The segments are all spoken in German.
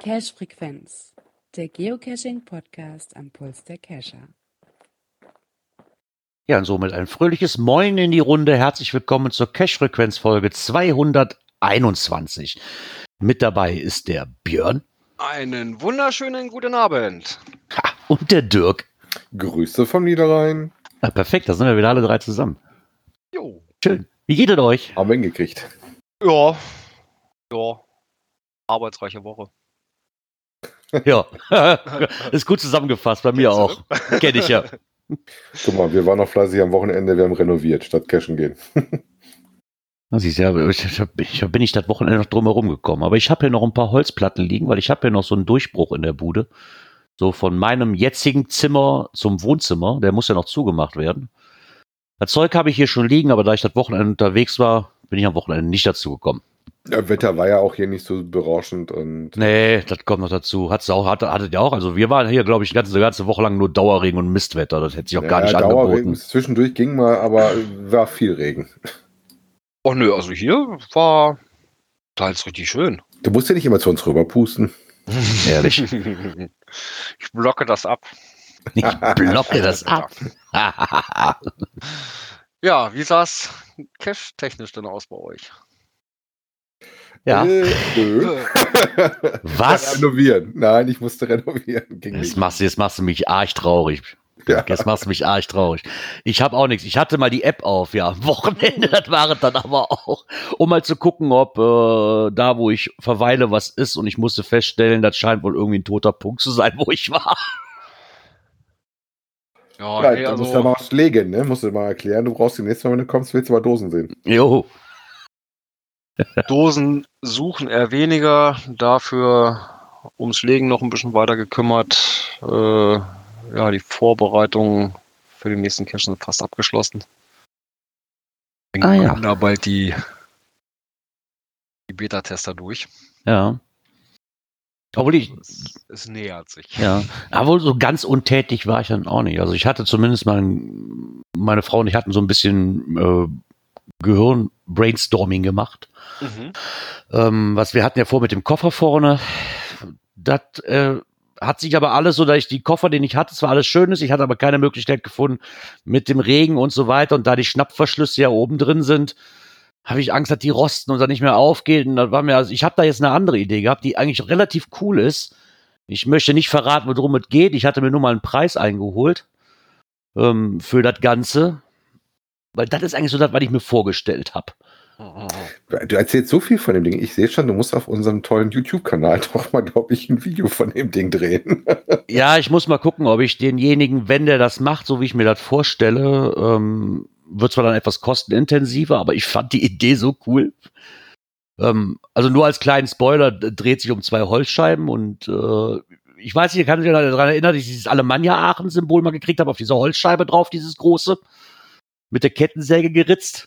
Cache-Frequenz, der Geocaching-Podcast am Puls der Cacher. Ja, und somit ein fröhliches Moin in die Runde. Herzlich willkommen zur Cache-Frequenz-Folge 221. Mit dabei ist der Björn. Einen wunderschönen guten Abend. Und der Dirk. Grüße vom Niederrhein. Ja, perfekt, da sind wir wieder alle drei zusammen. Jo. Schön. Wie geht es euch? Haben wir hingekriegt. Ja. Arbeitsreiche Woche. Ja, ist gut zusammengefasst, bei mir auch. Kenn ich ja. Guck mal, wir waren noch fleißig am Wochenende, wir haben renoviert, statt cashen gehen. Das ist ja, bin ich das Wochenende noch drumherum gekommen. Aber ich habe hier noch ein paar Holzplatten liegen, weil ich habe hier noch so einen Durchbruch in der Bude. So von meinem jetzigen Zimmer zum Wohnzimmer. Der muss ja noch zugemacht werden. Das Zeug habe ich hier schon liegen, aber da ich das Wochenende unterwegs war, bin ich am Wochenende nicht dazu gekommen. Das Wetter war ja auch hier nicht so berauschend und. Nee, das kommt noch dazu. Hattet ihr auch? Also wir waren hier, glaube ich, die ganze Woche lang nur Dauerregen und Mistwetter. Das hätte sich auch gar nicht angeboten. Zwischendurch ging mal, aber war viel Regen. Oh nö, also hier war teils richtig schön. Du musst ja nicht immer zu uns rüberpusten. Ehrlich. Ich blocke das ab. Ich blocke das ab. Ja, wie sah es cache-technisch denn aus bei euch? Ja. Nö. Was? Renovieren. Nein, ich musste renovieren. Jetzt machst du mich arg traurig. Ja. Jetzt machst du mich arg traurig. Ich habe auch nichts. Ich hatte mal die App auf, ja, am Wochenende, das war es dann aber auch, um mal zu gucken, ob da, wo ich verweile, was ist. Und ich musste feststellen, das scheint wohl irgendwie ein toter Punkt zu sein, wo ich war. Ja, Ja, nee, du also, musst ja mal was legen, ne? Musst du mal erklären. Du brauchst die nächste Mal, wenn du kommst, willst du mal Dosen sehen. Jo. Dosen suchen eher weniger, dafür ums Legen noch ein bisschen weiter gekümmert. Ja, die Vorbereitungen für den nächsten Cache sind fast abgeschlossen. Ja. Da bald die Beta-Tester durch. Ja. Obwohl Es nähert sich. Ja, aber so ganz untätig war ich dann auch nicht. Also ich hatte zumindest meine Frau und ich hatten so ein bisschen Gehirn-Brainstorming gemacht. Was wir hatten ja vor mit dem Koffer vorne. Das hat sich aber alles so, dass ich die Koffer, den ich hatte, zwar alles schön ist, ich hatte aber keine Möglichkeit gefunden mit dem Regen und so weiter. Und da die Schnappverschlüsse ja oben drin sind, habe ich Angst, dass die rosten und dann nicht mehr aufgehen. Und das war mir, also ich habe da jetzt eine andere Idee gehabt, die eigentlich relativ cool ist. Ich möchte nicht verraten, worum es geht. Ich hatte mir nur mal einen Preis eingeholt für das Ganze. Weil das ist eigentlich so das, was ich mir vorgestellt habe. Du erzählst so viel von dem Ding. Ich sehe schon, du musst auf unserem tollen YouTube-Kanal doch mal, glaube ich, ein Video von dem Ding drehen. Ja, ich muss mal gucken, ob ich denjenigen, wenn der das macht, so wie ich mir das vorstelle, wird zwar dann etwas kostenintensiver, aber ich fand die Idee so cool. Also nur als kleinen Spoiler, dreht sich um 2 Holzscheiben und ich weiß nicht, ich kann mich daran erinnern, dass ich dieses Alemannia Aachen-Symbol mal gekriegt habe, auf dieser Holzscheibe drauf, dieses große, mit der Kettensäge geritzt.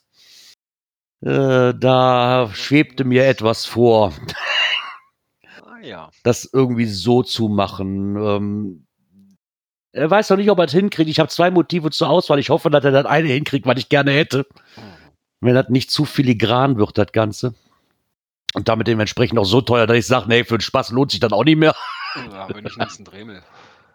Da schwebte mir etwas vor, Ja. das irgendwie so zu machen. Er weiß noch nicht, ob er es hinkriegt. Ich habe 2 Motive zur Auswahl. Ich hoffe, dass er das eine hinkriegt, was ich gerne hätte. Wenn das nicht zu filigran wird, das Ganze. Und damit dementsprechend auch so teuer, dass ich sage, nee, für den Spaß lohnt sich dann auch nicht mehr. Ja, wenn ich nicht ein Dremel.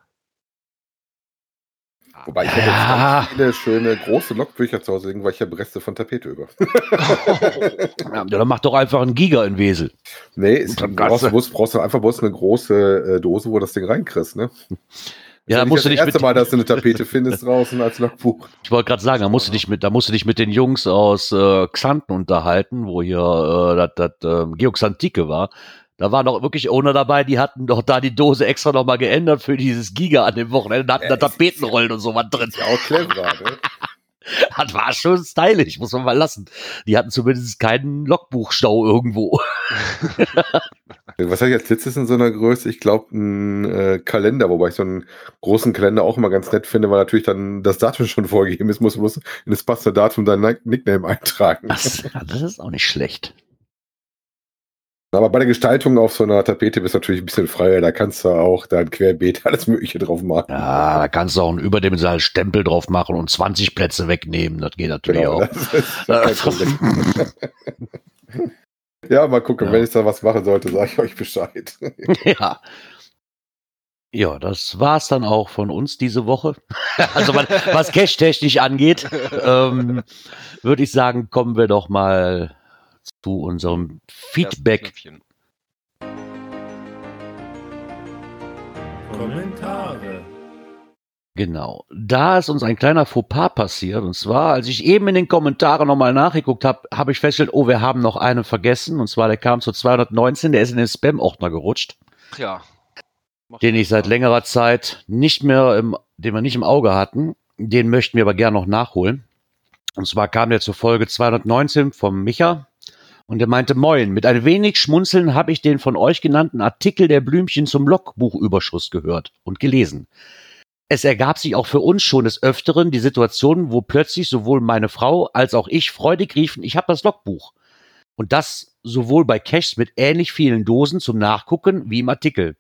Wobei ich habe jetzt ganz viele schöne große Logbücher zu Hause liegen, weil ich habe Reste von Tapete über. Ja, dann mach doch einfach einen Giga in Wesel. Nee, brauchst du einfach bloß eine große Dose, wo du das Ding reinkriegst, ne? Ja, da musst du das nicht erste Mal, dass du eine Tapete findest draußen als Logbuch. Ich wollte gerade sagen, da musst du dich mit den Jungs aus Xanten unterhalten, wo hier das Geoxantike war. Da waren doch wirklich Owner dabei, die hatten doch da die Dose extra nochmal geändert für dieses Giga an dem Wochenende. Da hatten da Tapetenrollen und so was drin. Ist ja auch clever, ne? Das war schon stylisch, muss man mal lassen. Die hatten zumindest keinen Logbuchstau irgendwo. Was habe ich als letztes in so einer Größe? Ich glaube, ein Kalender, wobei ich so einen großen Kalender auch immer ganz nett finde, weil natürlich dann das Datum schon vorgegeben ist, muss in das passende Datum dein Nickname eintragen. Das ist auch nicht schlecht. Aber bei der Gestaltung auf so einer Tapete bist du natürlich ein bisschen freier. Da kannst du auch dann querbeet alles Mögliche drauf machen. Ja, da kannst du auch einen überdimensionalen Stempel drauf machen und 20 Plätze wegnehmen. Das geht natürlich auch. Das ist kein Problem. Ja, mal gucken, Ja. wenn ich da was machen sollte, sage ich euch Bescheid. Ja. Ja, das war's dann auch von uns diese Woche. Also was cache-technisch angeht, würde ich sagen, kommen wir doch mal zu unserem Feedback. Kommentare. Genau. Da ist uns ein kleiner Fauxpas passiert. Und zwar, als ich eben in den Kommentaren nochmal nachgeguckt habe, habe ich festgestellt, oh, wir haben noch einen vergessen. Und zwar, der kam zu 219, der ist in den Spam-Ordner gerutscht. Ja. Den ich seit längerer Zeit nicht mehr, den wir nicht im Auge hatten. Den möchten wir aber gerne noch nachholen. Und zwar kam der zur Folge 219 vom Micha. Und er meinte, moin, mit ein wenig Schmunzeln habe ich den von euch genannten Artikel der Blümchen zum Logbuchüberschuss gehört und gelesen. Es ergab sich auch für uns schon des Öfteren die Situation, wo plötzlich sowohl meine Frau als auch ich freudig riefen, ich habe das Logbuch. Und das sowohl bei Caches mit ähnlich vielen Dosen zum Nachgucken wie im Artikel.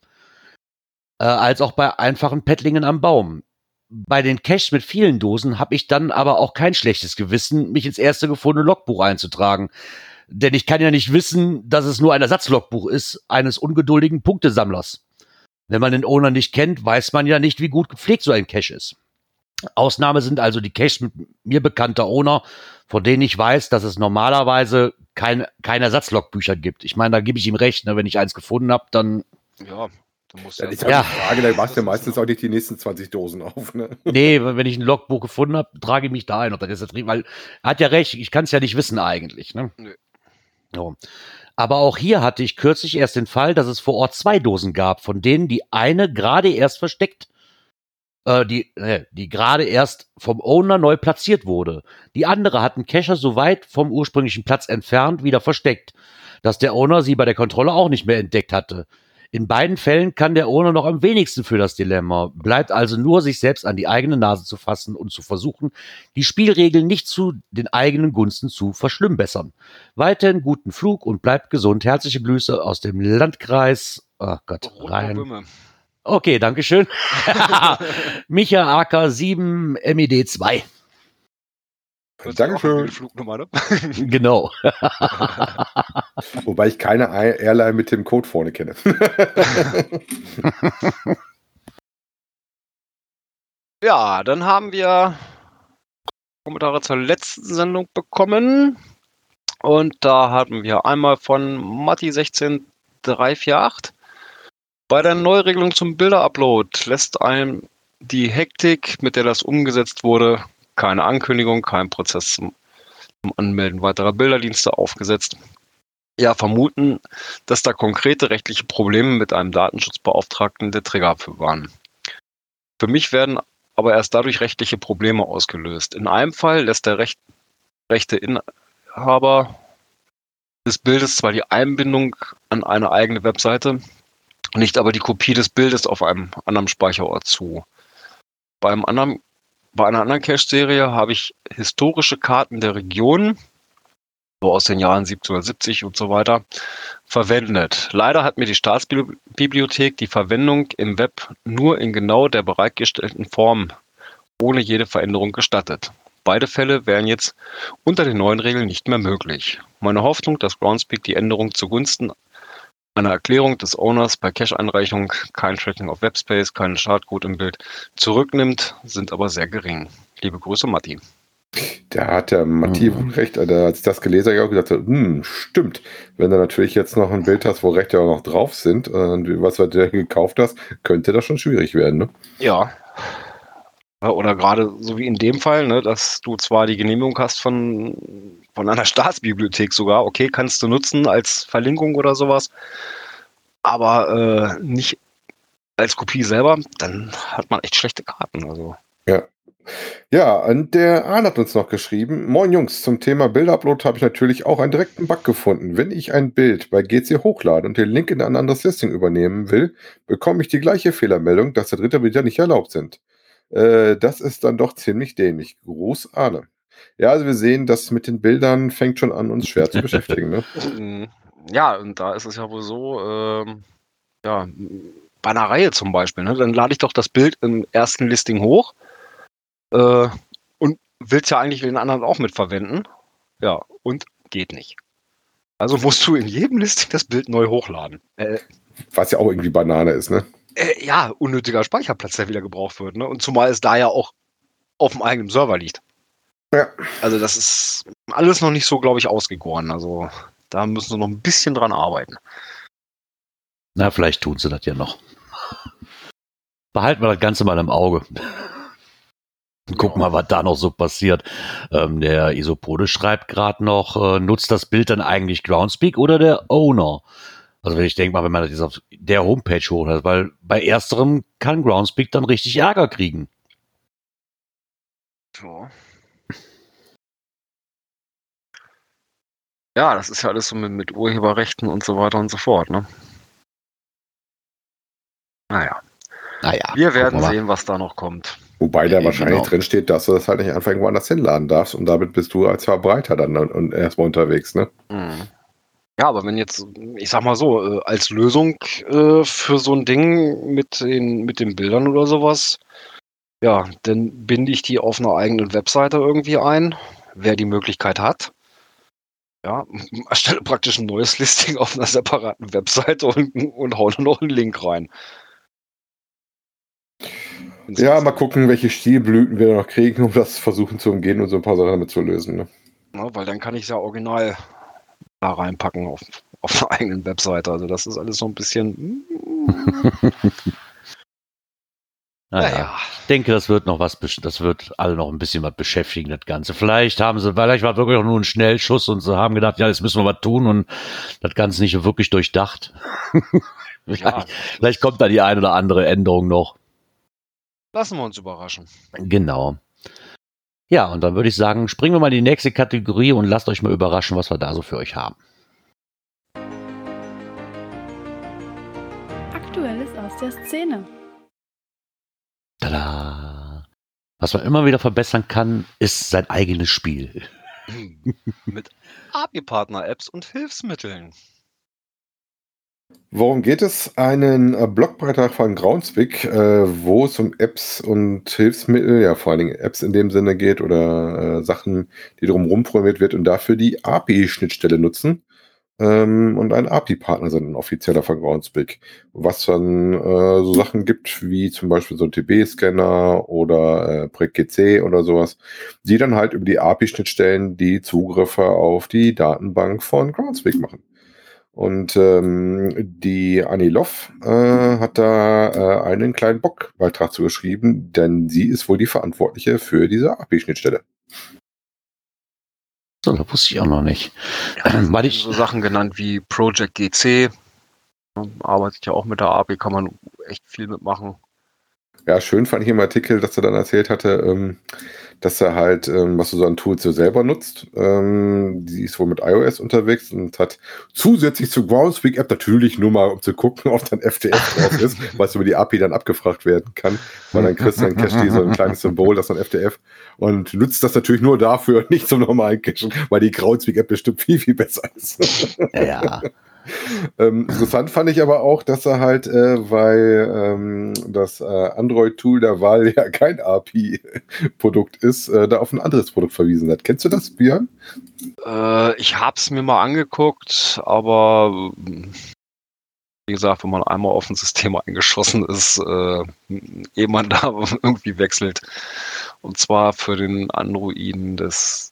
Als auch bei einfachen Pettlingen am Baum. Bei den Caches mit vielen Dosen habe ich dann aber auch kein schlechtes Gewissen, mich ins erste gefundene Logbuch einzutragen. Denn ich kann ja nicht wissen, dass es nur ein Ersatzlogbuch ist, eines ungeduldigen Punktesammlers. Wenn man den Owner nicht kennt, weiß man ja nicht, wie gut gepflegt so ein Cache ist. Ausnahme sind also die Caches mit mir bekannter Owner, von denen ich weiß, dass es normalerweise keine Ersatzlogbücher gibt. Ich meine, da gebe ich ihm recht, ne? Wenn ich eins gefunden habe, dann... Ja, du musst Das ist ja. ja die Frage, da machst du meistens auch nicht die nächsten 20 Dosen auf, ne? Nee, wenn ich ein Logbuch gefunden habe, trage ich mich da ein, ob das jetzt, weil er hat ja recht, ich kann es ja nicht wissen eigentlich, ne? Nö. So. Aber auch hier hatte ich kürzlich erst den Fall, dass es vor Ort 2 Dosen gab, von denen die eine gerade erst versteckt, die gerade erst vom Owner neu platziert wurde. Die andere hat einen Cacher so weit vom ursprünglichen Platz entfernt wieder versteckt, dass der Owner sie bei der Kontrolle auch nicht mehr entdeckt hatte. In beiden Fällen kann der Owner noch am wenigsten für das Dilemma. Bleibt also nur, sich selbst an die eigene Nase zu fassen und zu versuchen, die Spielregeln nicht zu den eigenen Gunsten zu verschlimmbessern. Weiterhin guten Flug und bleibt gesund. Herzliche Grüße aus dem Landkreis, oh Gott, Rhein. Okay, dankeschön. Micha AK 7 MED 2. Dankeschön. Flugnummer, ne? Genau. Wobei ich keine Airline mit dem Code vorne kenne. Ja, dann haben wir Kommentare zur letzten Sendung bekommen. Und da hatten wir einmal von Matti16348. Bei der Neuregelung zum Bilderupload lässt einem die Hektik, mit der das umgesetzt wurde, keine Ankündigung, kein Prozess zum Anmelden weiterer Bilderdienste aufgesetzt. Ja, vermuten, dass da konkrete rechtliche Probleme mit einem Datenschutzbeauftragten der Trigger für waren. Für mich werden aber erst dadurch rechtliche Probleme ausgelöst. In einem Fall lässt der rechte Inhaber des Bildes zwar die Einbindung an eine eigene Webseite, nicht aber die Kopie des Bildes auf einem anderen Speicherort zu. Bei einer anderen Cache-Serie habe ich historische Karten der Region, so aus den Jahren 1770 und so weiter, verwendet. Leider hat mir die Staatsbibliothek die Verwendung im Web nur in genau der bereitgestellten Form ohne jede Veränderung gestattet. Beide Fälle wären jetzt unter den neuen Regeln nicht mehr möglich. Meine Hoffnung, dass Groundspeak die Änderung zugunsten einer Erklärung des Owners bei Cache-Einreichung, kein Tracking auf Webspace, keinen Schadcode im Bild zurücknimmt, sind aber sehr gering. Liebe Grüße, Matti. Da hat der Matti recht. Als ich das gelesen habe, habe ich gesagt, stimmt. Wenn du natürlich jetzt noch ein Bild hast, wo Rechte auch noch drauf sind, was du dir gekauft hast, könnte das schon schwierig werden, ne? Ja. Oder gerade so wie in dem Fall, ne, dass du zwar die Genehmigung hast von einer Staatsbibliothek sogar, okay, kannst du nutzen als Verlinkung oder sowas, aber nicht als Kopie selber, dann hat man echt schlechte Karten. Also. Ja, und der Arne hat uns noch geschrieben, moin Jungs, zum Thema Bildupload habe ich natürlich auch einen direkten Bug gefunden. Wenn ich ein Bild bei GC hochlade und den Link in ein anderes Listing übernehmen will, bekomme ich die gleiche Fehlermeldung, dass der dritte Bilder nicht erlaubt sind. Das ist dann doch ziemlich dämlich. Gruß, Arne. Ja, also wir sehen, das mit den Bildern fängt schon an, uns schwer zu beschäftigen, ne? Ja, und da ist es ja wohl so, ja, bei einer Reihe zum Beispiel, ne, dann lade ich doch das Bild im ersten Listing hoch und will es ja eigentlich den anderen auch mitverwenden. Ja, und geht nicht. Also musst du in jedem Listing das Bild neu hochladen. Was ja auch irgendwie Banane ist, ne? Ja, unnötiger Speicherplatz, der wieder gebraucht wird. Ne? Und zumal es da ja auch auf dem eigenen Server liegt. Ja. Also das ist alles noch nicht so, glaube ich, ausgegoren. Also da müssen sie noch ein bisschen dran arbeiten. Na, vielleicht tun sie das ja noch. Behalten wir das Ganze mal im Auge. Guck mal, was da noch so passiert. Der Isopode schreibt gerade noch, nutzt das Bild dann eigentlich Groundspeak oder der Owner? Also ich denke mal, wenn man das jetzt auf der Homepage hochlädt, weil bei ersterem kann Groundspeak dann richtig Ärger kriegen. So. Ja, das ist ja alles so mit Urheberrechten und so weiter und so fort, ne? Naja. Wir werden sehen, was da noch kommt. Wobei da wahrscheinlich drin steht, dass du das halt nicht einfach irgendwo anders hinladen darfst und damit bist du als Verbreiter dann und erstmal unterwegs, ne? Mhm. Ja, aber wenn jetzt, ich sag mal so, als Lösung für so ein Ding mit den Bildern oder sowas, ja, dann binde ich die auf einer eigenen Webseite irgendwie ein, wer die Möglichkeit hat. Ja, erstelle praktisch ein neues Listing auf einer separaten Webseite und hau noch einen Link rein. Ja, mal gucken, welche Stilblüten wir noch kriegen, um das versuchen zu umgehen und so ein paar Sachen damit zu lösen. Ne? Ja, weil dann kann ich es ja original da reinpacken auf einer eigenen Webseite. Also das ist alles so ein bisschen. Naja, ich denke, das wird alle noch ein bisschen was beschäftigen, das Ganze. Vielleicht war wirklich auch nur ein Schnellschuss und sie haben gedacht, ja, jetzt müssen wir was tun und das Ganze nicht wirklich durchdacht. Vielleicht kommt da die ein oder andere Änderung noch. Lassen wir uns überraschen. Genau. Ja, und dann würde ich sagen, springen wir mal in die nächste Kategorie und lasst euch mal überraschen, was wir da so für euch haben. Aktuelles aus der Szene. Tada! Was man immer wieder verbessern kann, ist sein eigenes Spiel. Mit API-Partner-Apps und Hilfsmitteln. Worum geht es? Einen Blogbeitrag von Groundspeak, wo es um Apps und Hilfsmittel, ja vor allen Dingen Apps in dem Sinne geht oder Sachen, die drumherum programmiert wird und dafür die API-Schnittstelle nutzen und ein API-Partner sind, ein offizieller von Groundspeak. Was dann so Sachen gibt wie zum Beispiel so ein TB-Scanner oder Projekt GC oder sowas, die dann halt über die API-Schnittstellen die Zugriffe auf die Datenbank von Groundspeak machen. Und die Annie Loff hat da einen kleinen Blogbeitrag zu geschrieben, denn sie ist wohl die Verantwortliche für diese API-Schnittstelle. So, das wusste ich auch noch nicht. Ja, weil so Sachen genannt wie Project GC, arbeitet ja auch mit der API, kann man echt viel mitmachen. Ja, schön fand ich im Artikel, dass er dann erzählt hatte, dass er halt, was du so an Tools so selber nutzt. Die ist wohl mit iOS unterwegs und hat zusätzlich zur Groundspeak-App natürlich nur mal, um zu gucken, ob dann FTF drauf ist, was über die API dann abgefragt werden kann. Weil dann kriegst du dann Cache so ein kleines Symbol, das dann FTF und nutzt das natürlich nur dafür, nicht zum normalen Cachen, weil die Groundspeak-App bestimmt viel, viel besser ist. Ja. Interessant fand ich aber auch, dass er halt, weil das Android-Tool der Wahl ja kein API-Produkt ist, da auf ein anderes Produkt verwiesen hat. Kennst du das, Björn? Ich habe es mir mal angeguckt, aber wie gesagt, wenn man einmal auf ein System eingeschossen ist, ehe man da irgendwie wechselt. Und zwar für den Androiden des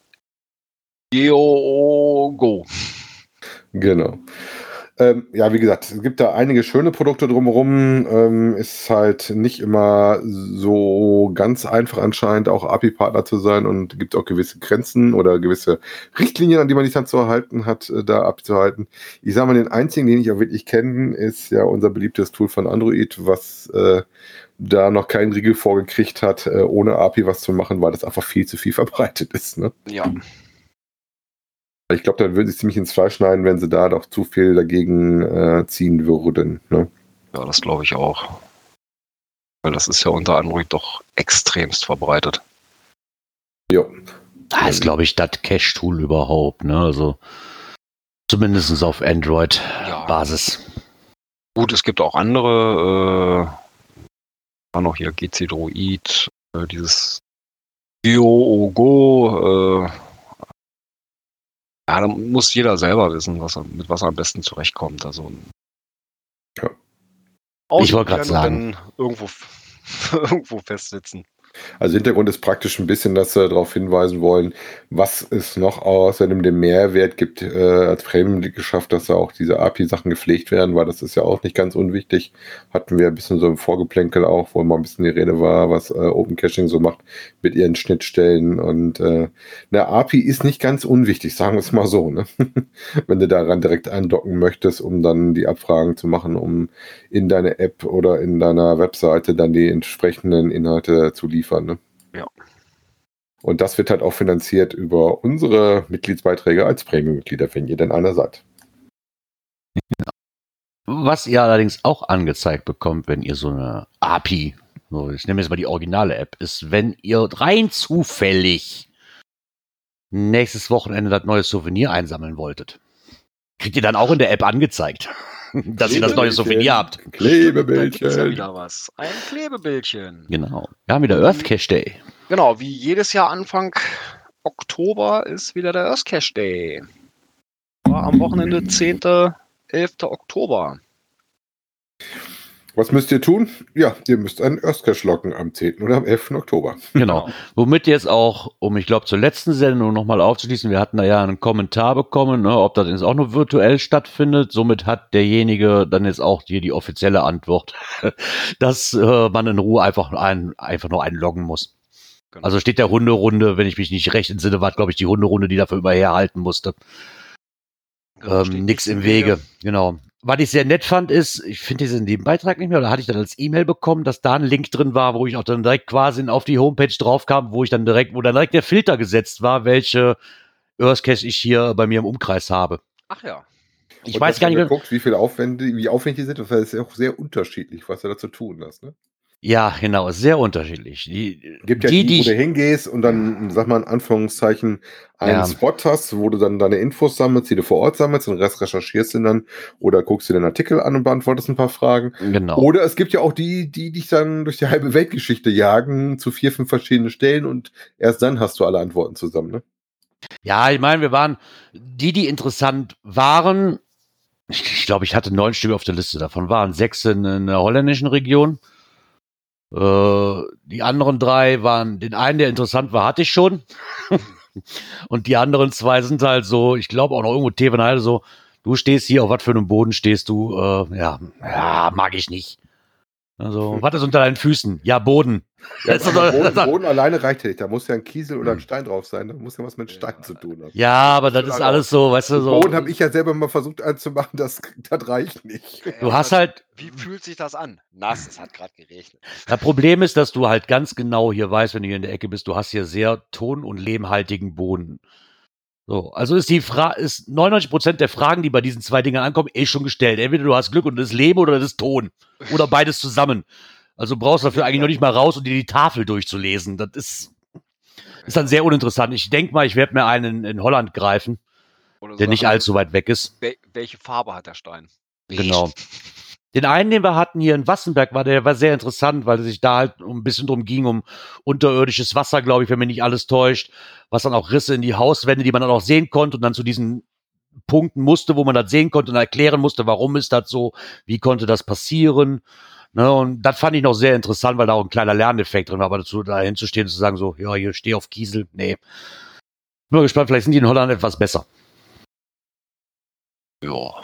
Go. Genau. Ja, wie gesagt, es gibt da einige schöne Produkte drumherum. Ist halt nicht immer so ganz einfach anscheinend auch API-Partner zu sein und gibt auch gewisse Grenzen oder gewisse Richtlinien, an die man sich dann zu halten hat, da abzuhalten. Ich sage mal, den einzigen, den ich auch wirklich kenne, ist ja unser beliebtes Tool von Android, was da noch keinen Riegel vorgekriegt hat, ohne API was zu machen, weil das einfach viel zu viel verbreitet ist. Ne? Ja. Ich glaube, dann würden sie ziemlich ins Fleisch schneiden, wenn sie da doch zu viel dagegen ziehen würden. Ne? Ja, das glaube ich auch. Weil das ist ja unter Android doch extremst verbreitet. Jo. Das ist, glaube ich, das Cache-Tool überhaupt, ne? Also zumindest auf Android-Basis. Ja. Gut, es gibt auch andere, war noch hier GC Droid, dieses Go, Ja, da muss jeder selber wissen, mit was er am besten zurechtkommt. Also Ja. Ich wollte gerade sagen. Dann irgendwo festsitzen. Also Hintergrund ist praktisch ein bisschen, dass wir darauf hinweisen wollen, was es noch außerdem den Mehrwert gibt, als Premium-Mitgliedschaft, dass da auch diese API-Sachen gepflegt werden, weil das ist ja auch nicht ganz unwichtig. Hatten wir ein bisschen so im Vorgeplänkel auch, wo mal ein bisschen die Rede war, was Open Caching so macht mit ihren Schnittstellen. Und eine API ist nicht ganz unwichtig, sagen wir es mal so, ne? Wenn du daran direkt andocken möchtest, um dann die Abfragen zu machen, um in deine App oder in deiner Webseite dann die entsprechenden Inhalte zu liefern. Ne? Ja. Und das wird halt auch finanziert über unsere Mitgliedsbeiträge als Premium-Mitglieder, wenn ihr denn einer seid. Was ihr allerdings auch angezeigt bekommt, wenn ihr so eine API, so ich nehme jetzt mal die originale App, ist, wenn ihr rein zufällig nächstes Wochenende das neue Souvenir einsammeln wolltet. Kriegt ihr dann auch in der App angezeigt, dass ihr das neue Souvenir habt. Da gibt's ja Klebebildchen. wieder was. Ein Klebebildchen. Genau. Wir haben wieder Earth Cache Day. Genau, wie jedes Jahr Anfang Oktober ist wieder der Earth Cache Day. War am Wochenende 10., 11. Oktober. Was müsst ihr tun? Ja, ihr müsst einen Earth Cache locken am 10. oder am 11. Oktober. Genau. Womit jetzt auch, um ich glaube zur letzten Sendung nochmal aufzuschließen, wir hatten da ja einen Kommentar bekommen, ne, ob das jetzt auch nur virtuell stattfindet. Somit hat derjenige dann jetzt auch hier die offizielle Antwort, dass man in Ruhe einfach nur einloggen muss. Genau. Also steht der Hunderunde, wenn ich mich nicht recht entsinne, war glaube ich die Hunderunde, die dafür immer herhalten musste. Genau, steht Nichts im Wege, genau. Was ich sehr nett fand, ist, ich finde diesen Nebenbeitrag nicht mehr, da hatte ich dann als E-Mail bekommen, dass da ein Link drin war, wo ich auch dann direkt quasi auf die Homepage drauf kam, wo dann direkt der Filter gesetzt war, welche Earth Cache ich hier bei mir im Umkreis habe. Ach ja. Ich weiß gar nicht mehr. Geguckt, wie aufwendig die sind, das ist ja auch sehr unterschiedlich, was du dazu tun hast, ne? Ja, genau, sehr unterschiedlich. Gibt ja die, wo du hingehst und dann, sag mal in Anführungszeichen, einen Spot hast, wo du dann deine Infos sammelst, die du vor Ort sammelst, den Rest recherchierst du dann oder guckst dir den Artikel an und beantwortest ein paar Fragen. Genau. Oder es gibt ja auch die dich dann durch die halbe Weltgeschichte jagen, zu 4, 5 verschiedenen Stellen und erst dann hast du alle Antworten zusammen, ne? Ja, ich meine, wir waren die interessant waren. Ich glaube, ich hatte 9 Stück auf der Liste. Davon waren 6 in der holländischen Region. Die anderen 3 waren, den einen, der interessant war, hatte ich schon. Und die anderen 2 sind halt so, ich glaube auch noch irgendwo Tevenheide so, du stehst hier, auf was für einem Boden stehst du? Ja, mag ich nicht. Also, was ist unter deinen Füßen? Ja, Boden. Ja, Boden alleine reicht ja nicht. Da muss ja ein Kiesel oder ein Stein drauf sein. Da muss ja was mit Stein zu tun haben. Ja, aber das ist alles so, weißt du, so. Boden habe ich ja selber mal versucht anzumachen, das reicht nicht. Du hast halt. Wie fühlt sich das an? Nass, es hat gerade geregnet. Das Problem ist, dass du halt ganz genau hier weißt, wenn du hier in der Ecke bist, du hast hier sehr ton- und lehmhaltigen Boden. So, also ist 99% der Fragen, die bei diesen 2 Dingen ankommen, schon gestellt. Entweder du hast Glück und das ist Lehm oder das ist Ton. Oder beides zusammen. Also brauchst du dafür eigentlich noch nicht mal raus und dir die Tafel durchzulesen. Das ist dann sehr uninteressant. Ich denke mal, ich werde mir einen in Holland greifen, der nicht allzu weit weg ist. Welche Farbe hat der Stein? Genau. Den einen, den wir hatten hier in Wassenberg, der war sehr interessant, weil es sich da halt ein bisschen drum ging, um unterirdisches Wasser, glaube ich, wenn mich nicht alles täuscht, was dann auch Risse in die Hauswände, die man dann auch sehen konnte und dann zu diesen Punkten musste, wo man das sehen konnte und erklären musste, warum ist das so, wie konnte das passieren. Ne, und das fand ich noch sehr interessant, weil da auch ein kleiner Lerneffekt drin war, aber dazu da hinzustehen und zu sagen, so, ja, hier stehe auf Kiesel, nee. Bin mal gespannt, vielleicht sind die in Holland etwas besser. Ja.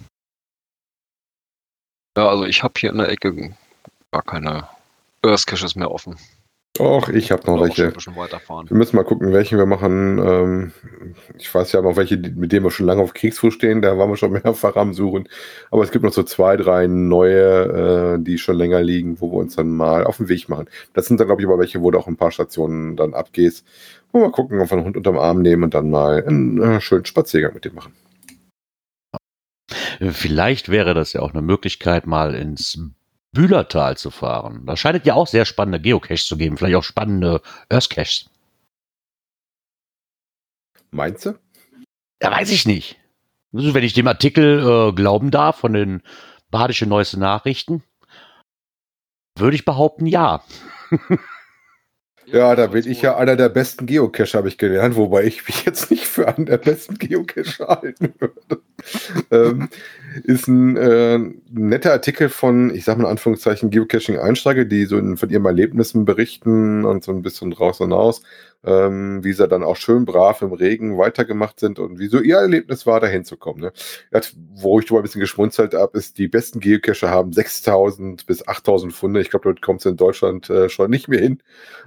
Ja, also ich habe hier in der Ecke gar keine Earth Caches mehr offen. Och, ich habe noch welche. Ein bisschen weiterfahren. Wir müssen mal gucken, welchen wir machen. Ich weiß ja noch welche, mit denen wir schon lange auf Kriegsfuß stehen. Da waren wir schon mehrfach am Suchen. Aber es gibt noch so 2, 3 neue, die schon länger liegen, wo wir uns dann mal auf den Weg machen. Das sind dann, glaube ich, aber welche, wo du auch ein paar Stationen dann abgehst. Und mal gucken, ob wir einen Hund unterm Arm nehmen und dann mal einen schönen Spaziergang mit dem machen. Vielleicht wäre das ja auch eine Möglichkeit, mal ins Bühlertal zu fahren. Da scheint es ja auch sehr spannende Geocaches zu geben, vielleicht auch spannende Earth Caches. Meinst du? Ja, weiß ich nicht. Also, wenn ich dem Artikel glauben darf von den Badische Neueste Nachrichten, würde ich behaupten, ja. Ja, da bin ich ja einer der besten Geocacher, habe ich gelernt, wobei ich mich jetzt nicht für einen der besten Geocacher halten würde. Ist ein netter Artikel von, ich sag mal in Anführungszeichen, Geocaching-Einsteiger, die so von ihren Erlebnissen berichten und so ein bisschen draus hinaus, wie sie dann auch schön brav im Regen weitergemacht sind und wie so ihr Erlebnis war, da hinzukommen. Ne? Wo ich drüber ein bisschen geschmunzelt habe, ist, die besten Geocacher haben 6.000 bis 8.000 Funde. Ich glaube, dort kommt es in Deutschland schon nicht mehr hin.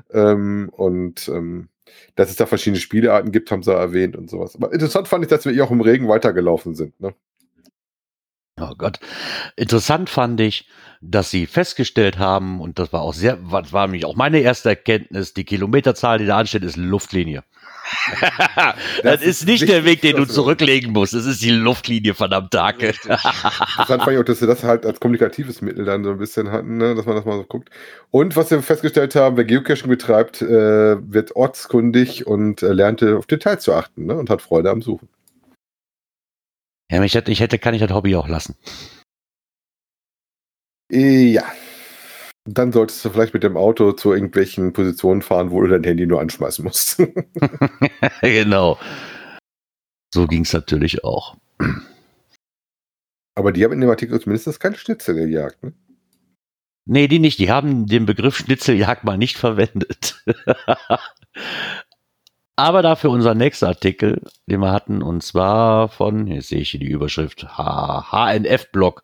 Dass es da verschiedene Spielearten gibt, haben sie erwähnt und sowas. Aber interessant fand ich, dass wir hier auch im Regen weitergelaufen sind. Ne? Oh Gott. Interessant fand ich, dass sie festgestellt haben, und das war nämlich auch meine erste Erkenntnis, die Kilometerzahl, die da ansteht, ist Luftlinie. Das ist nicht der Weg, den du zurücklegen musst. Das ist die Luftlinie, verdammt Hacke. Interessant fand ich auch, dass sie das halt als kommunikatives Mittel dann so ein bisschen hatten, ne? Dass man das mal so guckt. Und was wir festgestellt haben, wer Geocaching betreibt, wird ortskundig und lernte auf Details zu achten, ne? Und hat Freude am Suchen. Ja, kann ich das Hobby auch lassen. Ja. Dann solltest du vielleicht mit dem Auto zu irgendwelchen Positionen fahren, wo du dein Handy nur anschmeißen musst. Genau. So ging es natürlich auch. Aber die haben in dem Artikel zumindest keine Schnitzel gejagt, ne? Nee, die nicht. Die haben den Begriff Schnitzeljagd mal nicht verwendet. Aber dafür unser nächster Artikel, den wir hatten, und zwar von, jetzt sehe ich hier die Überschrift, HNF-Blog.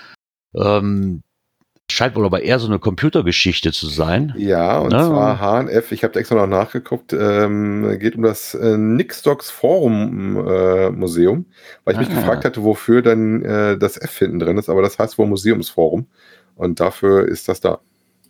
Scheint wohl aber eher so eine Computergeschichte zu sein. Ja, und zwar HNF, ich habe extra noch nachgeguckt, geht um das Nixdocs Forum Museum, weil ich mich gefragt hatte, wofür dann das F hinten drin ist, aber das heißt wohl Museumsforum und dafür ist das da.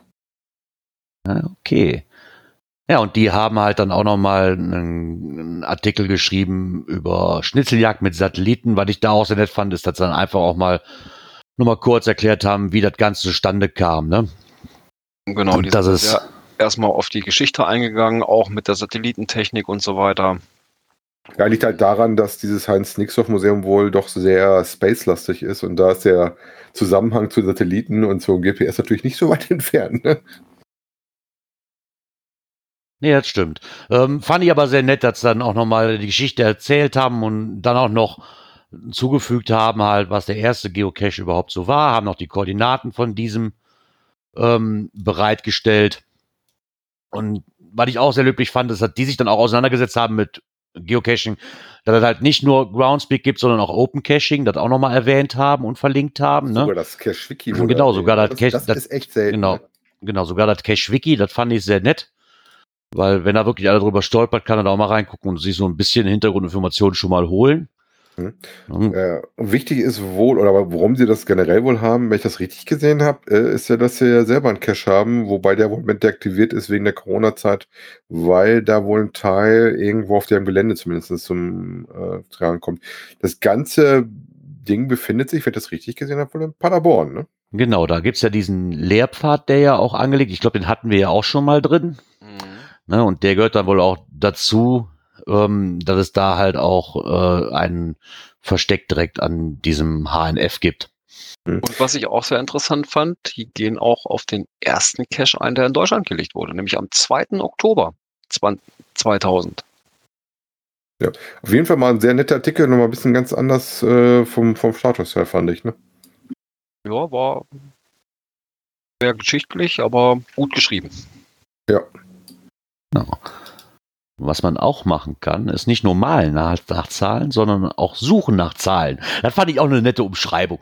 Okay. Ja, und die haben halt dann auch nochmal einen Artikel geschrieben über Schnitzeljagd mit Satelliten. Was ich da auch sehr nett fand, ist, dass sie dann einfach auch mal nochmal kurz erklärt haben, wie das Ganze zustande kam, ne? Genau, und die das sind ist ja erstmal auf die Geschichte eingegangen, auch mit der Satellitentechnik und so weiter. Ja, liegt halt daran, dass dieses Heinz-Nixdorf-Museum wohl doch sehr space-lastig ist und da ist der Zusammenhang zu Satelliten und zum GPS natürlich nicht so weit entfernt, ne? Nee, das stimmt. Fand ich aber sehr nett, dass sie dann auch nochmal die Geschichte erzählt haben und dann auch noch zugefügt haben, halt, was der erste Geocache überhaupt so war, haben noch die Koordinaten von diesem bereitgestellt. Und was ich auch sehr löblich fand, ist, dass die sich dann auch auseinandergesetzt haben mit Geocaching, dass es halt nicht nur Groundspeak gibt, sondern auch Open Caching, das auch nochmal erwähnt haben und verlinkt haben. Sogar Ne? das Cache-Wiki. Genau, sogar das Cache. Das ist echt selten. Genau, ne? genau, sogar das Cache-Wiki, das fand ich sehr nett. Weil wenn da wirklich einer drüber stolpert, kann er da auch mal reingucken und sich so ein bisschen Hintergrundinformationen schon mal holen. Wichtig ist wohl, oder warum sie das generell wohl haben, wenn ich das richtig gesehen habe, ist ja, dass sie ja selber einen Cache haben, wobei der wohl mit deaktiviert ist wegen der Corona-Zeit, weil da wohl ein Teil irgendwo auf dem Gelände zumindest zum Tragen kommt. Das ganze Ding befindet sich, wenn ich das richtig gesehen habe, wohl in Paderborn, ne? Genau, da gibt's ja diesen Lehrpfad, der ja auch angelegt, ich glaube, den hatten wir ja auch schon mal drin. Ne, und der gehört dann wohl auch dazu, dass es da halt auch einen Versteck direkt an diesem HNF gibt. Und was ich auch sehr interessant fand, die gehen auch auf den ersten Cache ein, der in Deutschland gelegt wurde, nämlich am 2. Oktober 2000. Ja, auf jeden Fall mal ein sehr netter Artikel, nochmal ein bisschen ganz anders vom Status her, fand ich, ne? Ja, war sehr geschichtlich, aber gut geschrieben. Ja. Genau. Was man auch machen kann, ist nicht nur malen nach Zahlen, sondern auch suchen nach Zahlen. Das fand ich auch eine nette Umschreibung.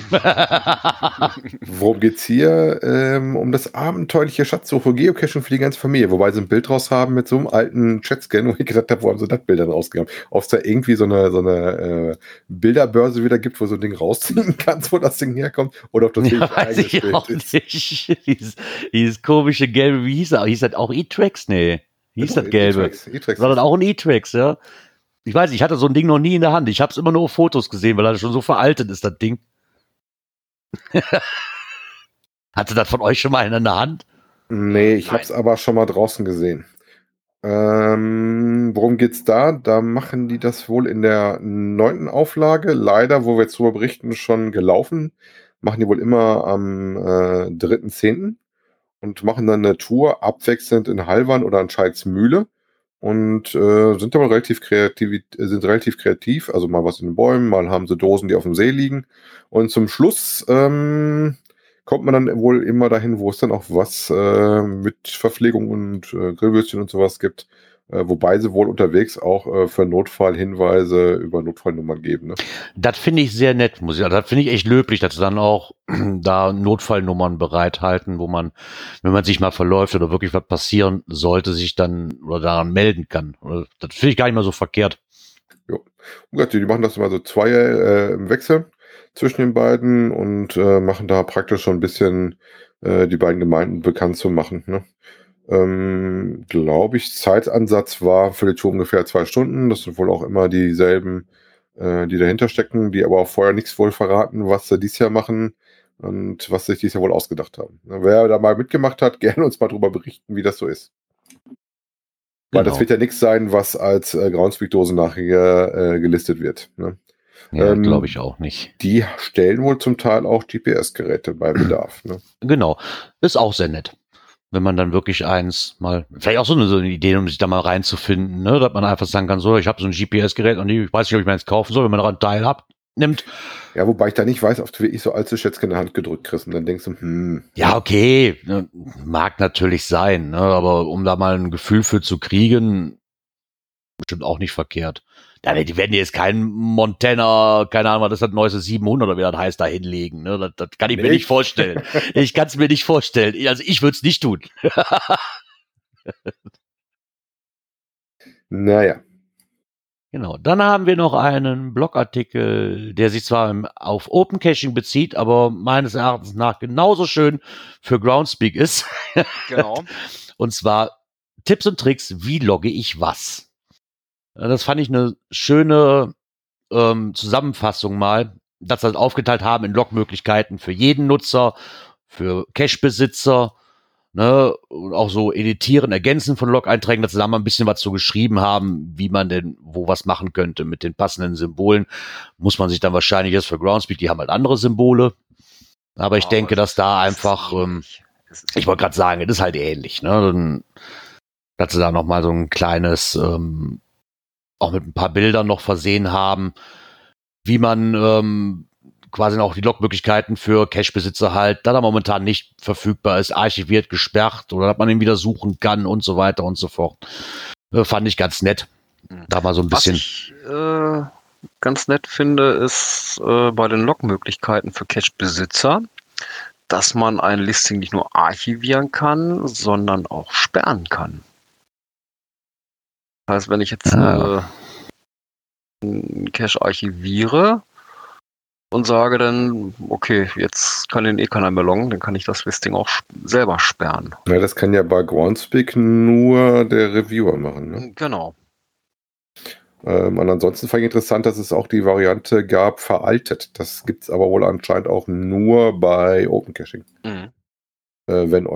Worum geht's hier? Um das abenteuerliche Schatzsuche Geocaching für die ganze Familie. Wobei sie ein Bild draus haben mit so einem alten Chatscan, wo ich gedacht habe, wo haben sie das Bild dann rausgegangen? Ob es da irgendwie so eine Bilderbörse wieder gibt, wo so ein Ding rausziehen kannst, wo das Ding herkommt, oder ob das ja, weiß ich auch ist. Nicht. Dieses komische gelbe, wie hieß er? Hieß das auch E-Trax? Nee. Hieß das gelbe? E-Trax. War das auch ein E-Trax, ja? Ich weiß, ich hatte so ein Ding noch nie in der Hand. Ich habe es immer nur auf Fotos gesehen, weil das schon so veraltet ist, das Ding. Hatte das von euch schon mal in der Hand? Nee, ich habe es aber schon mal draußen gesehen. Worum geht's da? Da machen die das wohl in der 9. Auflage. Leider, wo wir jetzt drüber berichten, schon gelaufen. Machen die wohl immer am 3.10. und machen dann eine Tour abwechselnd in Hallwann oder an Scheidsmühle und sind aber relativ kreativ. Also mal was in den Bäumen, mal haben sie Dosen, die auf dem See liegen. Und zum Schluss kommt man dann wohl immer dahin, wo es dann auch was mit Verpflegung und Grillwürstchen und sowas gibt. Wobei sie wohl unterwegs auch für Notfallhinweise über Notfallnummern geben. Ne? Das finde ich sehr nett, muss ich sagen. Das finde ich echt löblich, dass sie dann auch da Notfallnummern bereithalten, wo man, wenn man sich mal verläuft oder wirklich was passieren sollte, sich dann oder daran melden kann. Das finde ich gar nicht mal so verkehrt. Ja. Die machen das immer so zwei im Wechsel zwischen den beiden und machen da praktisch schon ein bisschen die beiden Gemeinden bekannt zu machen. Ne? Glaube ich, Zeitansatz war für die Tour ungefähr 2 Stunden. Das sind wohl auch immer dieselben, die dahinter stecken, die aber auch vorher nichts wohl verraten, was sie dieses Jahr machen und was sie sich dieses Jahr wohl ausgedacht haben. Wer da mal mitgemacht hat, gerne uns mal drüber berichten, wie das so ist. Weil das wird ja nichts sein, was als Groundspeak-Dose nachher gelistet wird. Ne? Ja, glaube ich auch nicht. Die stellen wohl zum Teil auch GPS-Geräte bei Bedarf. Ne? Genau, ist auch sehr nett. Wenn man dann wirklich eins mal, vielleicht auch so eine Idee, um sich da mal reinzufinden, ne? Dass man einfach sagen kann, so, ich habe so ein GPS-Gerät und ich weiß nicht, ob ich meins kaufen soll, wenn man daran teilnimmt. Ja, wobei ich da nicht weiß, ob du wirklich so alte Schätzchen in der Hand gedrückt kriegst und dann denkst du, Ja, okay, mag natürlich sein, ne? Aber um da mal ein Gefühl für zu kriegen, bestimmt auch nicht verkehrt. Ja, die werden jetzt keinen Montana, keine Ahnung, was ist das neueste 700 oder wie das heißt, da hinlegen. Ne? Das kann ich mir nicht vorstellen. Ich kann es mir nicht vorstellen. Also ich würde es nicht tun. Naja. Genau. Dann haben wir noch einen Blogartikel, der sich zwar auf Open Caching bezieht, aber meines Erachtens nach genauso schön für Groundspeak ist. Genau. Und zwar Tipps und Tricks, wie logge ich was? Das fand ich eine schöne Zusammenfassung mal, dass sie das aufgeteilt haben in Logmöglichkeiten für jeden Nutzer, für Cache-Besitzer, ne, und auch so editieren, ergänzen von Log-Einträgen, dass sie da mal ein bisschen was so geschrieben haben, wie man denn wo was machen könnte mit den passenden Symbolen. Muss man sich dann wahrscheinlich jetzt für Groundspeak, die haben halt andere Symbole. Aber ich denke, dass da einfach, ich wollte gerade sagen, das ist halt ähnlich, ne, dass sie da noch mal so ein kleines auch mit ein paar Bildern noch versehen haben, wie man quasi auch die Logmöglichkeiten für Cache-Besitzer halt, da momentan nicht verfügbar ist, archiviert, gesperrt oder dass man ihn wieder suchen kann und so weiter und so fort. Fand ich ganz nett. Da mal so ein bisschen. Was ich ganz nett finde, ist bei den Logmöglichkeiten für Cache-Besitzer, dass man ein Listing nicht nur archivieren kann, sondern auch sperren kann. Das heißt, wenn ich jetzt einen Cache archiviere und sage dann, okay, jetzt kann den keiner mehr loggen, dann kann ich das Listing auch selber sperren. Ja, das kann ja bei Groundspeak nur der Reviewer machen. Ne? Genau. Und ansonsten fand ich interessant, dass es auch die Variante gab, veraltet. Das gibt es aber wohl anscheinend auch nur bei Open Caching. Mhm. Wenn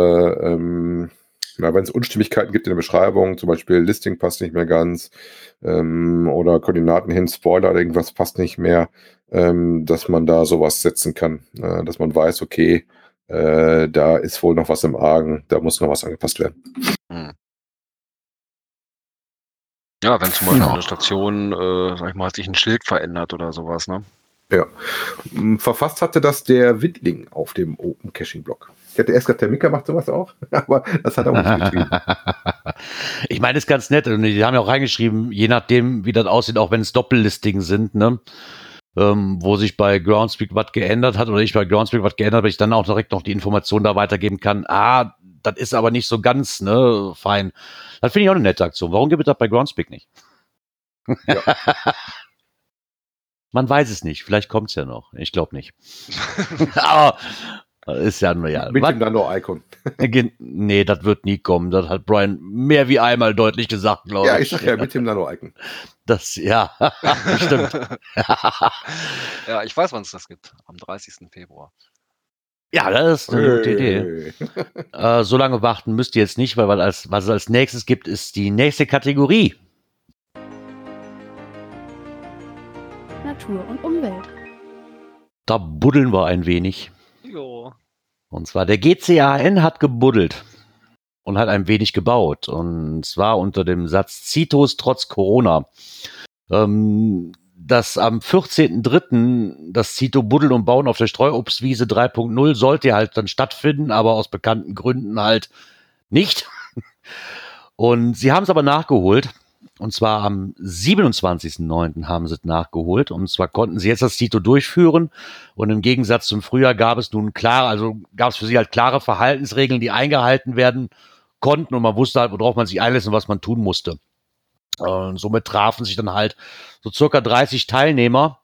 wenn es Unstimmigkeiten gibt in der Beschreibung, zum Beispiel Listing passt nicht mehr ganz oder Koordinaten hin, Spoiler oder irgendwas passt nicht mehr, dass man da sowas setzen kann, dass man weiß, okay, da ist wohl noch was im Argen, da muss noch was angepasst werden. Mhm. Ja, wenn zum Beispiel eine Station, sag ich mal, hat sich ein Schild verändert oder sowas, ne? Ja. Verfasst hatte das der Windling auf dem Open Caching Blog. Ich hatte erst gedacht, der Mika macht sowas auch, aber das hat er auch nicht geschrieben. Ich meine, das ist ganz nett. Und die haben ja auch reingeschrieben, je nachdem, wie das aussieht, auch wenn es Doppellistings sind, ne? Wo sich bei Groundspeak was geändert hat oder ich bei Groundspeak was geändert habe, ich dann auch direkt noch die Information da weitergeben kann. Das ist aber nicht so ganz, ne, fein. Das finde ich auch eine nette Aktion. Warum gibt es das bei Groundspeak nicht? Ja. Man weiß es nicht. Vielleicht kommt es ja noch. Ich glaube nicht. Aber ist ja nur ja. Mit dem Nano-Icon. Nee, das wird nie kommen. Das hat Brian mehr wie einmal deutlich gesagt, glaube ich. Ja, ich sag ja, mit dem Nano-Icon. Das, ja, stimmt. Ja, ich weiß, wann es das gibt. Am 30. Februar. Ja, das ist eine gute Idee. So lange warten müsst ihr jetzt nicht, weil was es als nächstes gibt, ist die nächste Kategorie. Natur und Umwelt. Da buddeln wir ein wenig. Jo. Und zwar der GCAN hat gebuddelt und hat ein wenig gebaut. Und zwar unter dem Satz Zitos trotz Corona. Dass am 14.03. das Zito Buddeln und Bauen auf der Streuobstwiese 3.0 sollte halt dann stattfinden, aber aus bekannten Gründen halt nicht. Und sie haben es aber nachgeholt. Und zwar am 27.09. haben sie es nachgeholt. Und zwar konnten sie jetzt das Zito durchführen. Und im Gegensatz zum Frühjahr gab es für sie halt klare Verhaltensregeln, die eingehalten werden konnten. Und man wusste halt, worauf man sich einlässt und was man tun musste. Und somit trafen sich dann halt so circa 30 Teilnehmer,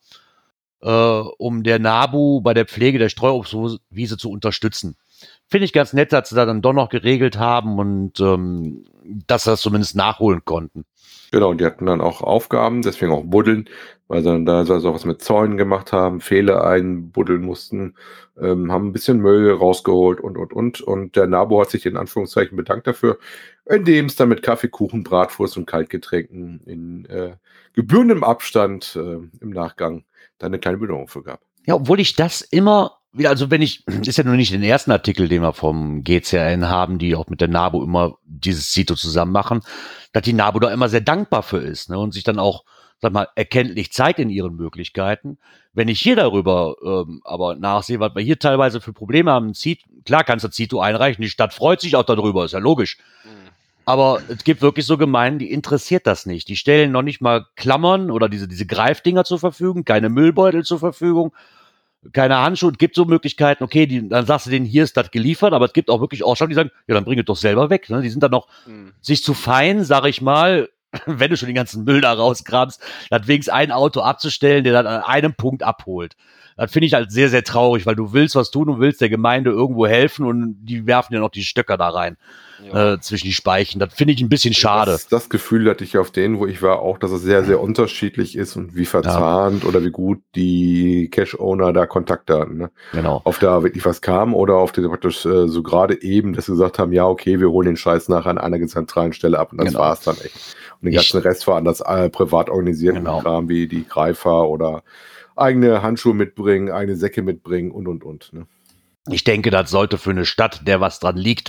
um der NABU bei der Pflege der Streuobstwiese zu unterstützen. Finde ich ganz nett, dass sie da dann doch noch geregelt haben und dass sie das zumindest nachholen konnten. Genau, und die hatten dann auch Aufgaben, deswegen auch Buddeln, weil sie dann da also was mit Zäunen gemacht haben, Pfähle einbuddeln mussten, haben ein bisschen Müll rausgeholt und. Und der NABU hat sich in Anführungszeichen bedankt dafür, indem es dann mit Kaffee, Kuchen, Bratwurst und Kaltgetränken in gebührendem Abstand im Nachgang dann eine kleine Belohnung für gab. Ja, obwohl ich das immer wieder, also ist ja nur nicht den ersten Artikel, den wir vom GCRN haben, die auch mit der NABU immer dieses Zito zusammen machen, dass die NABU da immer sehr dankbar für ist, ne, und sich dann auch, sag mal, erkenntlich zeigt in ihren Möglichkeiten. Wenn ich hier darüber aber nachsehe, was wir hier teilweise für Probleme haben, klar kannst du Zito einreichen, die Stadt freut sich auch darüber, ist ja logisch. Aber es gibt wirklich so Gemeinden, die interessiert das nicht. Die stellen noch nicht mal Klammern oder diese Greifdinger zur Verfügung, keine Müllbeutel zur Verfügung, keine Handschuhe. Es gibt so Möglichkeiten, okay, dann sagst du denen, hier ist das geliefert, aber es gibt auch wirklich Ausschau, die sagen, ja, dann bring es doch selber weg. Ne? Die sind dann noch sich zu fein, sag ich mal, wenn du schon den ganzen Müll da rauskramst, dann wenigstens ein Auto abzustellen, der dann an einem Punkt abholt. Das finde ich halt sehr, sehr traurig, weil du willst was tun und willst der Gemeinde irgendwo helfen und die werfen ja noch die Stöcker da rein, zwischen die Speichen. Das finde ich ein bisschen schade. Das Gefühl hatte ich auf denen, wo ich war, auch, dass es sehr, sehr unterschiedlich ist und wie verzahnt oder wie gut die Cash-Owner da Kontakte hatten. Ne? Genau. Ob da wirklich was kam oder auf die praktisch so gerade eben, dass sie gesagt haben, ja, okay, wir holen den Scheiß nachher an einer zentralen Stelle ab und das war's dann echt. Und den ganzen Rest war an das privat organisierten Kram, wie die Greifer oder eigene Handschuhe mitbringen, eigene Säcke mitbringen und. Ne? Ich denke, das sollte für eine Stadt, der was dran liegt,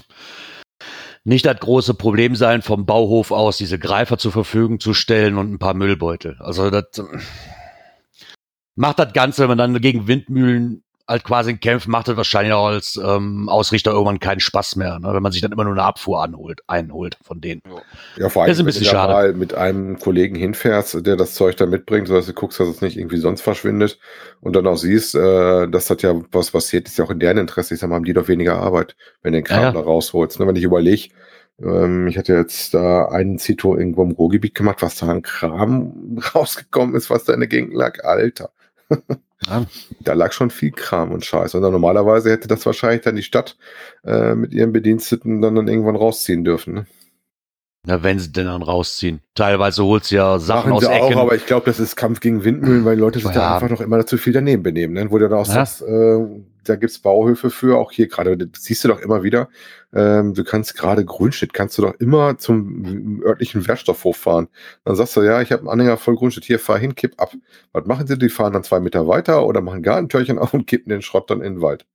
nicht das große Problem sein, vom Bauhof aus diese Greifer zur Verfügung zu stellen und ein paar Müllbeutel. Also das macht das Ganze, wenn man dann gegen Windmühlen halt quasi kämpft, macht das wahrscheinlich auch als Ausrichter irgendwann keinen Spaß mehr, ne? Wenn man sich dann immer nur eine Abfuhr einholt von denen. Ja, vor allem, das ist ein bisschen schade. Mal mit einem Kollegen hinfährst, der das Zeug da mitbringt, sodass du guckst, dass es nicht irgendwie sonst verschwindet und dann auch siehst, dass das ja was passiert, ist ja auch in deren Interesse. Ich sag mal, haben die doch weniger Arbeit, wenn du den Kram da rausholst. Ne? Wenn ich überlege, ich hatte jetzt da einen Zito irgendwo im Ruhrgebiet gemacht, was da an Kram rausgekommen ist, was da in der Gegend lag. Alter. Ja. Da lag schon viel Kram und Scheiß. Und dann normalerweise hätte das wahrscheinlich dann die Stadt mit ihren Bediensteten dann irgendwann rausziehen dürfen. Ne? Na, wenn sie denn dann rausziehen. Teilweise holt sie ja Sachen Machen aus sie Ecken. Auch, aber ich glaube, das ist Kampf gegen Windmühlen, weil die Leute sich da einfach noch immer zu viel daneben benehmen. Ne? Wo du dann auch sagst, da gibt's Bauhöfe für, auch hier gerade, das siehst du doch immer wieder, du kannst gerade Grünschnitt, kannst du doch immer zum örtlichen Wertstoffhof fahren. Dann sagst du, ja, ich habe einen Anhänger voll Grünschnitt, hier, fahr hin, kipp ab. Was machen sie? Die fahren dann 2 Meter weiter oder machen Gartentürchen auf und kippen den Schrott dann in den Wald.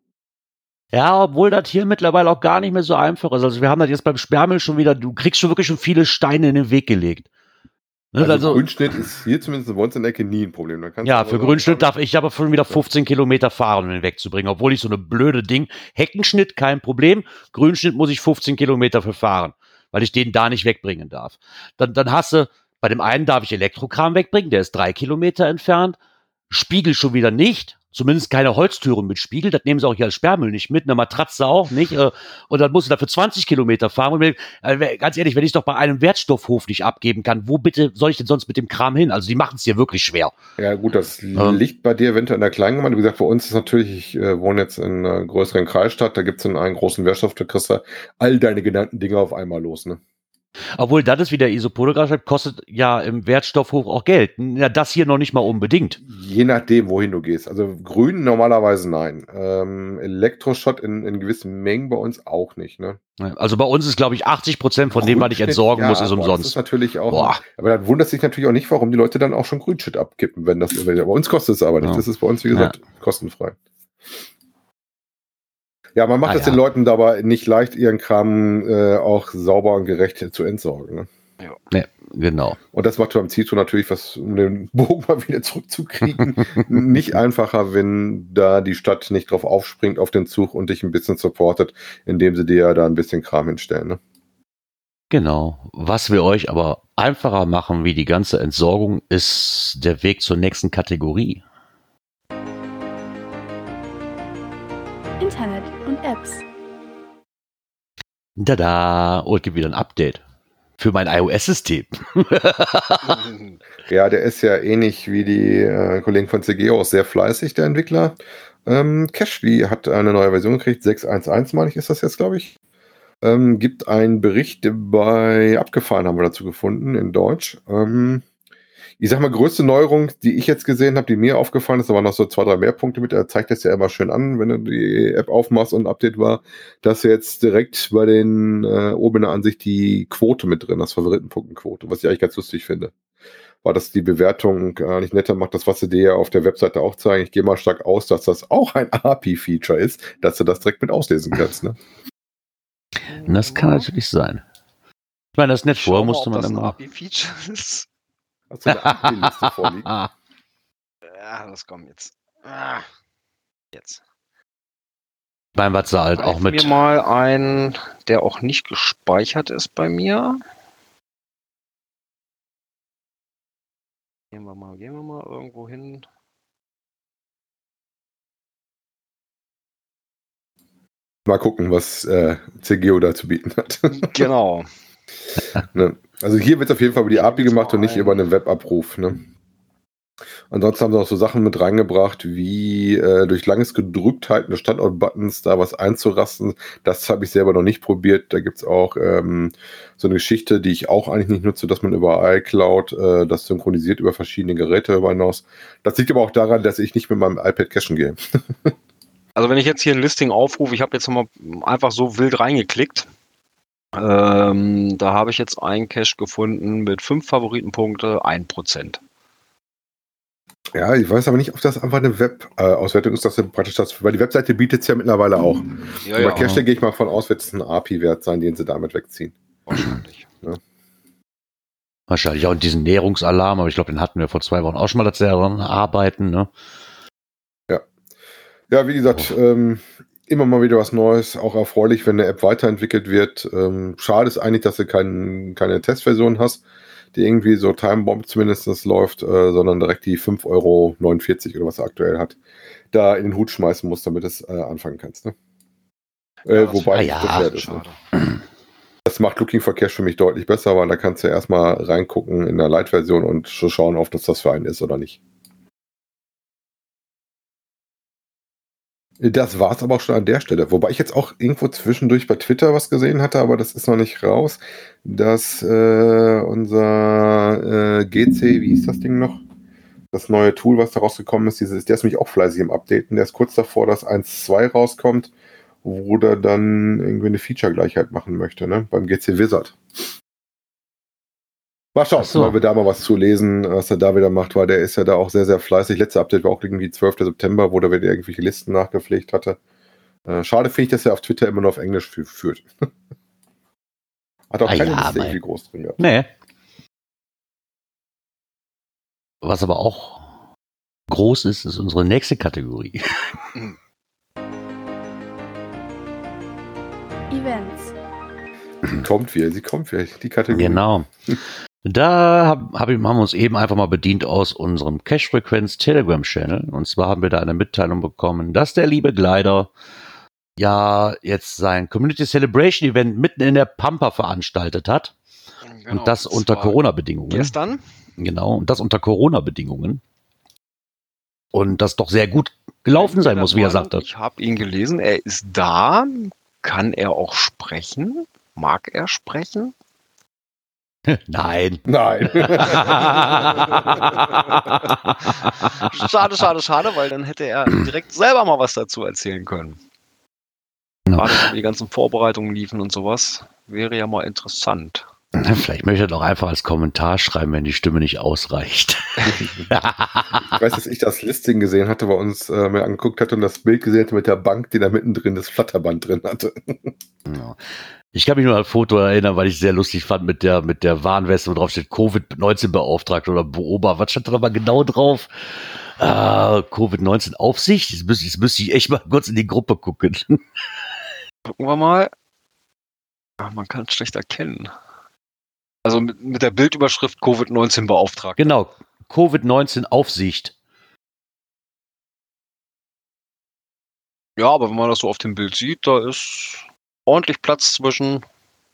Ja, obwohl das hier mittlerweile auch gar nicht mehr so einfach ist. Also wir haben das jetzt beim Sperrmüll schon wieder, du kriegst schon wirklich schon viele Steine in den Weg gelegt. Ne, also Grünschnitt ist hier zumindest bei uns in der Ecke nie ein Problem. Da kannst ja, für Grünschnitt darf ich aber schon wieder 15 Kilometer fahren, um den wegzubringen. Obwohl ich so eine blöde Ding, Heckenschnitt kein Problem, Grünschnitt muss ich 15 Kilometer für fahren, weil ich den da nicht wegbringen darf. Dann hast du, bei dem einen darf ich Elektrokram wegbringen, der ist 3 Kilometer entfernt, Spiegel schon wieder nicht, zumindest keine Holztüren mit Spiegel, das nehmen sie auch hier als Sperrmüll nicht mit, eine Matratze auch nicht, und dann musst du dafür 20 Kilometer fahren. Und ganz ehrlich, wenn ich es doch bei einem Wertstoffhof nicht abgeben kann, wo bitte soll ich denn sonst mit dem Kram hin? Also die machen es hier wirklich schwer. Ja gut, das liegt bei dir eventuell in der Kleingemeinde. Wie gesagt, bei uns ist natürlich, ich wohne jetzt in einer größeren Kreisstadt, da gibt es einen großen Wertstoff, da kriegst du all deine genannten Dinge auf einmal los, ne? Obwohl, das ist, wie der Isopode gerade schreibt, kostet ja im Wertstoffhof auch Geld. Ja, das hier noch nicht mal unbedingt. Je nachdem, wohin du gehst. Also grün normalerweise nein. Elektroschrott in gewissen Mengen bei uns auch nicht. Ne? Also bei uns ist, glaube ich, 80% von dem, was ich entsorgen muss, ist umsonst. Das ist natürlich auch. Aber dann wundert sich natürlich auch nicht, warum die Leute dann auch schon Grünshit abkippen, wenn das. Bei uns kostet es aber nicht. Das ist bei uns, wie gesagt, kostenfrei. Ja, man macht es den Leuten dabei nicht leicht, ihren Kram auch sauber und gerecht zu entsorgen. Ne? Ja. Ne, genau. Und das macht beim Zito natürlich, was, um den Bogen mal wieder zurückzukriegen, nicht einfacher, wenn da die Stadt nicht drauf aufspringt auf den Zug und dich ein bisschen supportet, indem sie dir ja da ein bisschen Kram hinstellen. Ne? Genau. Was wir euch aber einfacher machen wie die ganze Entsorgung, ist der Weg zur nächsten Kategorie. Internet und Apps. Tada! Und gibt wieder ein Update für mein iOS-System. Ja, der ist ja ähnlich wie die Kollegen von CGO auch sehr fleißig, der Entwickler. Cashly hat eine neue Version gekriegt, 6.1.1 meine ich, ist das jetzt, glaube ich. Gibt einen Bericht bei Abgefahren, haben wir dazu gefunden, in Deutsch. Ich sag mal, größte Neuerung, die ich jetzt gesehen habe, die mir aufgefallen ist, da waren noch so 2, 3 mehr Punkte mit, er zeigt das ja immer schön an, wenn du die App aufmachst und ein Update war, dass jetzt direkt bei den oben in der Ansicht die Quote mit drin, das Favoritenpunktenquote, was ich eigentlich ganz lustig finde. War das die Bewertung nicht netter macht, das was sie dir ja auf der Webseite auch zeigen. Ich gehe mal stark aus, dass das auch ein API-Feature ist, dass du das direkt mit auslesen kannst. Ne? Das kann natürlich sein. Ich meine, das ist nett, vorher musste man immer. API-Feature ist. Hast du eine API-Liste vorliegen? Ja, das kommt jetzt. Jetzt. Beim was sie halt auch mit. Mir mal ein, der auch nicht gespeichert ist bei mir. Gehen wir mal irgendwo hin. Mal gucken, was CGO da zu bieten hat. Genau. Ne? Also hier wird es auf jeden Fall über die API gemacht und nicht über einen Webabruf. Ne? Ansonsten haben sie auch so Sachen mit reingebracht, wie durch langes Gedrückt halten des Standort-Buttons da was einzurasten. Das habe ich selber noch nicht probiert. Da gibt es auch so eine Geschichte, die ich auch eigentlich nicht nutze, dass man über iCloud das synchronisiert über verschiedene Geräte hinaus. Das liegt aber auch daran, dass ich nicht mit meinem iPad cashen gehe. Also wenn ich jetzt hier ein Listing aufrufe, ich habe jetzt mal einfach so wild reingeklickt. Da habe ich jetzt einen Cache gefunden mit 5 Favoritenpunkte, 1%. Ja, ich weiß aber nicht, ob das einfach eine Web-Auswertung ist, dass du praktisch das, weil die Webseite bietet es ja mittlerweile auch. Ja, Bei Cache gehe ich mal von aus, wird es ein API-Wert sein, den sie damit wegziehen. Wahrscheinlich. Ja. Wahrscheinlich auch diesen Näherungsalarm, aber ich glaube, den hatten wir vor 2 Wochen auch schon mal, dass sie daran arbeiten. Ne? Ja, wie gesagt, immer mal wieder was Neues, auch erfreulich, wenn eine App weiterentwickelt wird. Schade ist eigentlich, dass du keine Testversion hast, die irgendwie so Timebomb zumindest läuft, sondern direkt die 5,49 € oder was er aktuell hat, da in den Hut schmeißen musst, damit du es anfangen kannst. Ne? Wobei das ist. Ne? Das macht Looking for Cache für mich deutlich besser, weil da kannst du erstmal reingucken in der Light-Version und schauen, ob das für einen ist oder nicht. Das war es aber auch schon an der Stelle. Wobei ich jetzt auch irgendwo zwischendurch bei Twitter was gesehen hatte, aber das ist noch nicht raus, dass unser GC, wie hieß das Ding noch? Das neue Tool, was da rausgekommen ist, der ist nämlich auch fleißig im Updaten. Der ist kurz davor, dass 1.2 rauskommt, wo der dann irgendwie eine Feature-Gleichheit machen möchte, ne? Beim GC Wizard. Mal schauen, weil wir da mal was zu lesen, was er da wieder macht, weil der ist ja da auch sehr, sehr fleißig. Letzte Update war auch irgendwie 12. September, wo der wieder irgendwelche Listen nachgepflegt hatte. Schade finde ich, dass er auf Twitter immer nur auf Englisch führt. Hat auch keine Liste irgendwie groß drin gehabt. Nee. Was aber auch groß ist, ist unsere nächste Kategorie. Events. Sie kommt wieder, die Kategorie. Genau. Da haben wir uns eben einfach mal bedient aus unserem Cache-Frequenz Telegram-Channel. Und zwar haben wir da eine Mitteilung bekommen, dass der liebe Glider ja jetzt sein Community Celebration Event mitten in der Pampa veranstaltet hat. Genau, und das unter Corona-Bedingungen. Gestern? Genau, und das unter Corona-Bedingungen. Und das doch sehr gut gelaufen sein muss, wie er sagte. Ich habe ihn gelesen, er ist da. Kann er auch sprechen? Mag er sprechen? Nein. Nein. Schade, weil dann hätte er direkt selber mal was dazu erzählen können. Gerade wenn die ganzen Vorbereitungen liefen und sowas, wäre ja mal interessant. Vielleicht möchte er doch einfach als Kommentar schreiben, wenn die Stimme nicht ausreicht. Ich weiß, dass ich das Listing gesehen hatte, bei uns mir angeguckt hatte und das Bild gesehen hatte mit der Bank, die da mittendrin das Flatterband drin hatte. Ja. Ich kann mich nur an ein Foto erinnern, weil ich es sehr lustig fand mit der Warnweste, wo drauf steht Covid-19 beauftragt oder Beobachter. Was stand da mal genau drauf? Covid-19 Aufsicht? Jetzt müsste ich echt mal kurz in die Gruppe gucken. Gucken wir mal. Ach, man kann es schlecht erkennen. Also mit der Bildüberschrift Covid-19 beauftragt. Genau, Covid-19 Aufsicht. Ja, aber wenn man das so auf dem Bild sieht, da ist ordentlich Platz zwischen.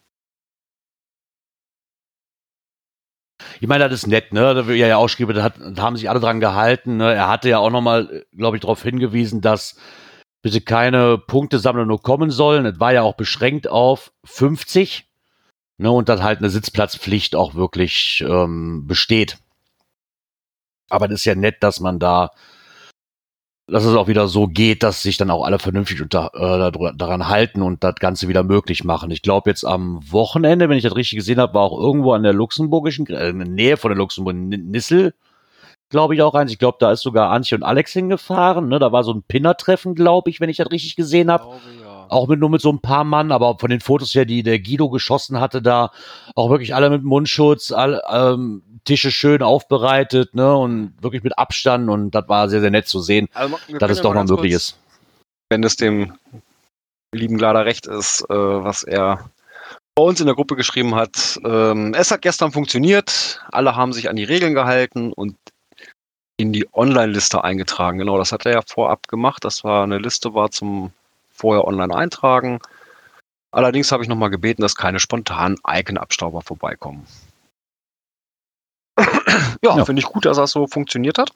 Ich meine, das ist nett, ne? Da ja auch schrieb, da haben sich alle dran gehalten. Ne? Er hatte ja auch nochmal, glaube ich, darauf hingewiesen, dass bitte keine Punktesammlung nur kommen sollen. Es war ja auch beschränkt auf 50. Ne? Und dass halt eine Sitzplatzpflicht auch wirklich besteht. Aber das ist ja nett, dass es auch wieder so geht, dass sich dann auch alle vernünftig daran halten und das Ganze wieder möglich machen. Ich glaube, jetzt am Wochenende, wenn ich das richtig gesehen habe, war auch irgendwo an der luxemburgischen, in der Nähe von der Luxemburg, Nissel, glaube ich auch eins. Ich glaube, da ist sogar Antje und Alex hingefahren. Ne? Da war so ein Pinner-Treffen, glaube ich, wenn ich das richtig gesehen habe. Ja. Auch nur mit so ein paar Mann, aber von den Fotos her, die der Guido geschossen hatte, da auch wirklich alle mit Mundschutz, Tische schön aufbereitet, ne, und wirklich mit Abstand, und das war sehr, sehr nett zu sehen, Also, dass es doch noch möglich ist. Wenn es dem lieben Glader recht ist, was er bei uns in der Gruppe geschrieben hat. Es hat gestern funktioniert, alle haben sich an die Regeln gehalten und in die Online-Liste eingetragen. Genau, das hat er ja vorab gemacht. Das war eine Liste, war zum vorher online eintragen. Allerdings habe ich nochmal gebeten, dass keine spontanen Icon-Abstauber vorbeikommen. Ja, finde ich gut, dass das so funktioniert hat.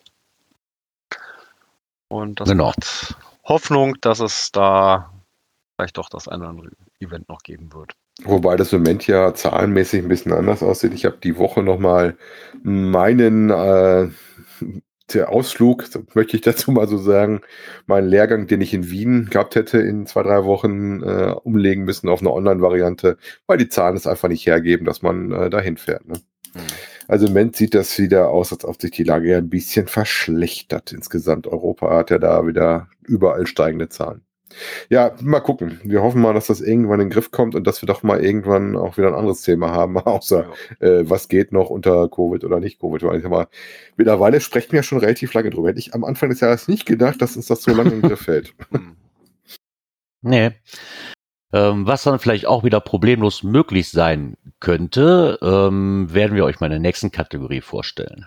Und das macht Hoffnung, dass es da vielleicht doch das eine oder andere Event noch geben wird. Wobei das im Moment ja zahlenmäßig ein bisschen anders aussieht. Ich habe die Woche nochmal meinen der Ausflug, möchte ich dazu mal so sagen, meinen Lehrgang, den ich in Wien gehabt hätte in 2-3 Wochen, umlegen müssen auf eine Online-Variante, weil die Zahlen es einfach nicht hergeben, dass man dahin fährt. Ne? Also im Moment sieht das wieder aus, als ob sich die Lage ja ein bisschen verschlechtert insgesamt. Europa hat ja da wieder überall steigende Zahlen. Ja, mal gucken. Wir hoffen mal, dass das irgendwann in den Griff kommt und dass wir doch mal irgendwann auch wieder ein anderes Thema haben, außer was geht noch unter Covid oder nicht Covid. Weil ich sag mal, mittlerweile sprechen wir ja schon relativ lange drüber. Hätte ich am Anfang des Jahres nicht gedacht, dass uns das so lange in den Griff hält. Nee. Was dann vielleicht auch wieder problemlos möglich sein könnte, werden wir euch mal in der nächsten Kategorie vorstellen.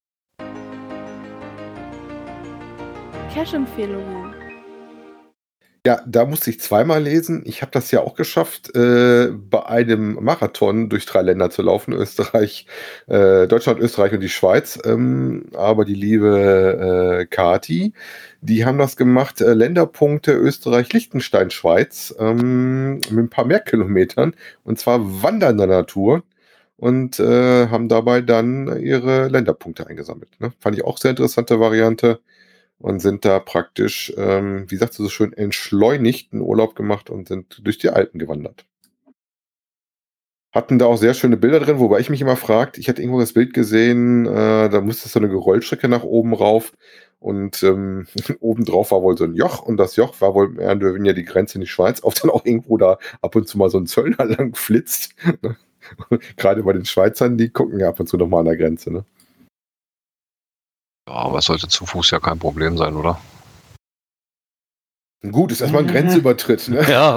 Cash-Empfehlungen. Ja, da musste ich zweimal lesen. Ich habe das ja auch geschafft, bei einem Marathon durch 3 Länder zu laufen. Österreich, Deutschland, Österreich und die Schweiz. Aber die liebe Kati, die haben das gemacht, Länderpunkte Österreich, Liechtenstein, Schweiz, mit ein paar mehr Kilometern. Und zwar wandernder Natur. Und haben dabei dann ihre Länderpunkte eingesammelt. Ne? Fand ich auch sehr interessante Variante. Und sind da praktisch, wie sagt sie so schön, entschleunigt einen Urlaub gemacht und sind durch die Alpen gewandert. Hatten da auch sehr schöne Bilder drin, wobei ich mich immer fragte, ich hatte irgendwo das Bild gesehen, da musste so eine Geröllstrecke nach oben rauf und obendrauf war wohl so ein Joch und das Joch war wohl mehr oder weniger die Grenze in die Schweiz, auch dann auch irgendwo da ab und zu mal so ein Zöllner lang flitzt. Ne? Gerade bei den Schweizern, die gucken ja ab und zu noch mal an der Grenze, ne? Ja, aber es sollte zu Fuß ja kein Problem sein, oder? Gut, ist erstmal ein Grenzübertritt, ne? Ja.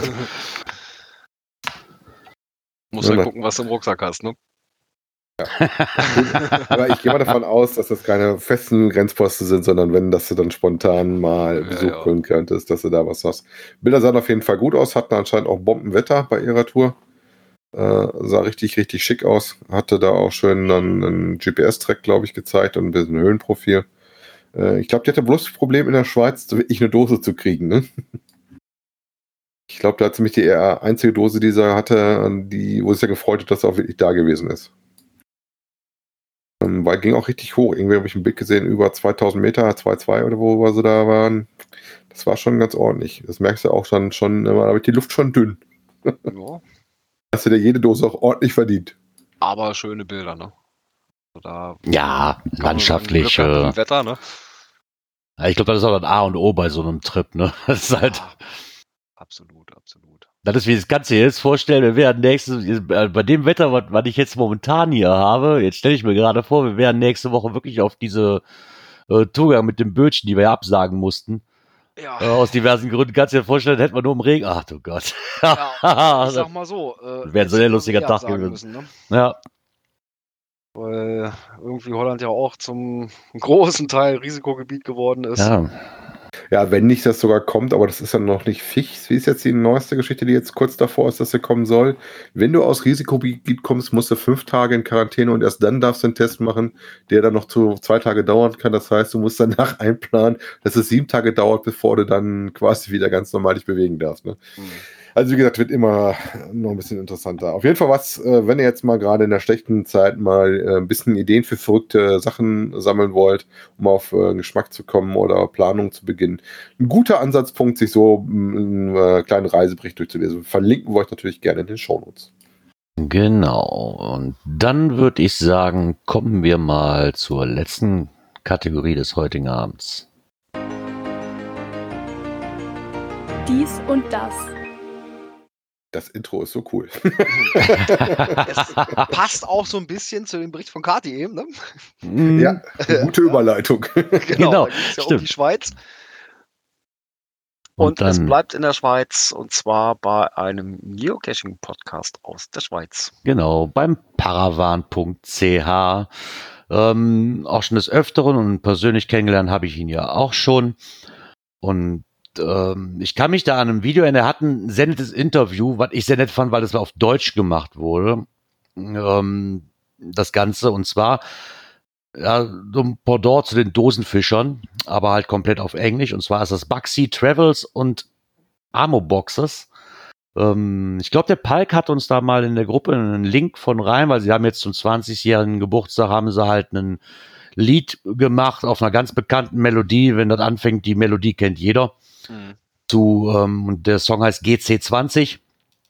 Muss ja gucken, was du im Rucksack hast, ne? Aber ich gehe mal davon aus, dass das keine festen Grenzposten sind, sondern wenn, dass du dann spontan mal besuchen könntest, dass du da was hast. Bilder sahen auf jeden Fall gut aus, hatten anscheinend auch Bombenwetter bei ihrer Tour. Sah richtig, richtig schick aus. Hatte da auch schön dann einen GPS-Track, glaube ich, gezeigt und ein bisschen Höhenprofil. Ich glaube, die hatte bloß das Problem in der Schweiz, wirklich eine Dose zu kriegen, ne? Ich glaube, da hat ziemlich die einzige Dose, die sie hatte, wo sich ja gefreut hat, dass sie auch wirklich da gewesen ist. Weil ging auch richtig hoch. Irgendwie habe ich ein Bild gesehen, über 2000 Meter, 2,2 oder wo sie da waren. Das war schon ganz ordentlich. Das merkst du auch schon da wird die Luft schon dünn. Ja. hast du dir jede Dose auch ordentlich verdient. Aber schöne Bilder, ne? Da Ja, kann man landschaftlich. sagen, Glück hat mit dem Wetter, ne? Ich glaube, das ist auch das A und O bei so einem Trip, ne? Das ist halt, Ja, absolut, absolut. das ist wie das Ganze jetzt vorstellen, wir wären bei dem Wetter, was ich jetzt momentan hier habe, jetzt stelle ich mir gerade vor, wir wären nächste Woche wirklich auf diese Tourgang mit dem Bötchen, die wir ja absagen mussten. Ja, Aus diversen Gründen. Kannst du dir vorstellen, hätten wir nur im Regen. Ach du Gott. ja, ich sag mal so. Wäre ein sehr lustiger Tag gewesen. Müssen, ne? Ja. Weil irgendwie Holland ja auch zum großen Teil Risikogebiet geworden ist. Ja. Ja, wenn nicht das sogar kommt, aber das ist ja noch nicht fix. Wie ist jetzt die neueste Geschichte, die jetzt kurz davor ist, dass sie kommen soll? Wenn du aus Risikogebiet kommst, musst du 5 Tage in Quarantäne und erst dann darfst du einen Test machen, der dann noch zu 2 Tage dauern kann. Das heißt, du musst danach einplanen, dass es 7 Tage dauert, bevor du dann quasi wieder ganz normal dich bewegen darfst. Ne? Also wie gesagt, wird immer noch ein bisschen interessanter. Auf jeden Fall was, wenn ihr jetzt mal gerade in der schlechten Zeit mal ein bisschen Ideen für verrückte Sachen sammeln wollt, um auf Geschmack zu kommen oder Planung zu beginnen. Ein guter Ansatzpunkt, sich so einen kleinen Reisebericht durchzulesen. Verlinken wir euch natürlich gerne in den Shownotes. Genau. Und dann würde ich sagen, kommen wir mal zur letzten Kategorie des heutigen Abends. Dies und das. Das Intro ist so cool. Es passt auch so ein bisschen zu dem Bericht von Kati eben, ne? Ja, eine gute Überleitung. Genau, da geht's ja um stimmt. die Schweiz. Und Und es dann, bleibt in der Schweiz, und zwar bei einem Geocaching-Podcast aus der Schweiz. genau, beim paravan.ch. Auch schon des Öfteren und persönlich kennengelernt habe ich ihn ja auch schon. Und ich kann mich da an einem Video erinnern, er hat ein sehr nettes Interview, was ich sehr nett fand, weil das auf Deutsch gemacht wurde. Das Ganze, und zwar ja, so ein Pendant zu den Dosenfischern, aber halt komplett auf Englisch. Und zwar ist das Bugsy Travels und Amo Boxes. Ich glaube, der Palk hat uns da mal in der Gruppe einen Link von rein, weil sie haben jetzt zum 20-jährigen Geburtstag, haben sie halt ein Lied gemacht auf einer ganz bekannten Melodie. Wenn das anfängt, die Melodie kennt jeder. Und der Song heißt GC20.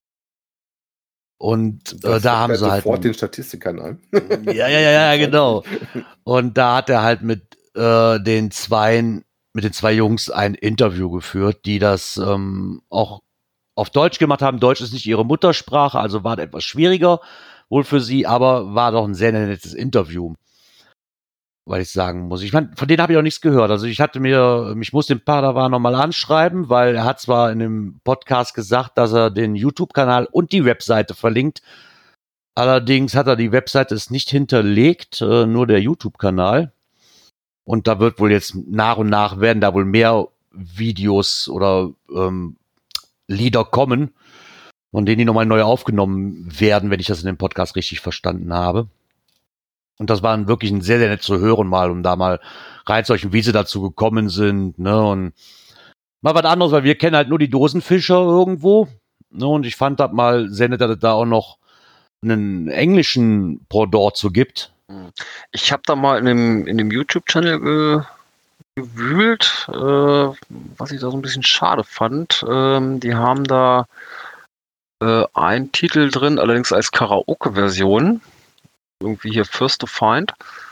Und Das da haben sie halt sofort den Statistikern an. ja, genau. Und da hat er halt mit den zwei Jungs ein Interview geführt, die das auch auf Deutsch gemacht haben. Deutsch ist nicht ihre Muttersprache, also war das etwas schwieriger wohl für sie, aber war doch ein sehr nettes Interview, weil ich sagen muss. Ich meine, von denen habe ich auch nichts gehört. Also ich muss den Padawan nochmal anschreiben, weil er hat zwar in dem Podcast gesagt, dass er den YouTube-Kanal und die Webseite verlinkt. Allerdings hat er die Webseite es nicht hinterlegt, nur der YouTube-Kanal. Und da wird wohl jetzt nach und nach werden da wohl mehr Videos oder Lieder kommen, von denen die nochmal neu aufgenommen werden, wenn ich das in dem Podcast richtig verstanden habe. Und das war wirklich ein sehr, sehr nett zu hören mal, um da mal reinzuhorchen, wie sie dazu gekommen sind, ne, und mal was anderes, weil wir kennen halt nur die Dosenfischer irgendwo, ne, und ich fand das mal sehr nett, dass es da auch noch einen englischen Pendant zu gibt. Ich habe da mal in dem YouTube-Channel gewühlt, was ich da so ein bisschen schade fand. Die haben da einen Titel drin, allerdings als Karaoke-Version. Irgendwie hier First to Find.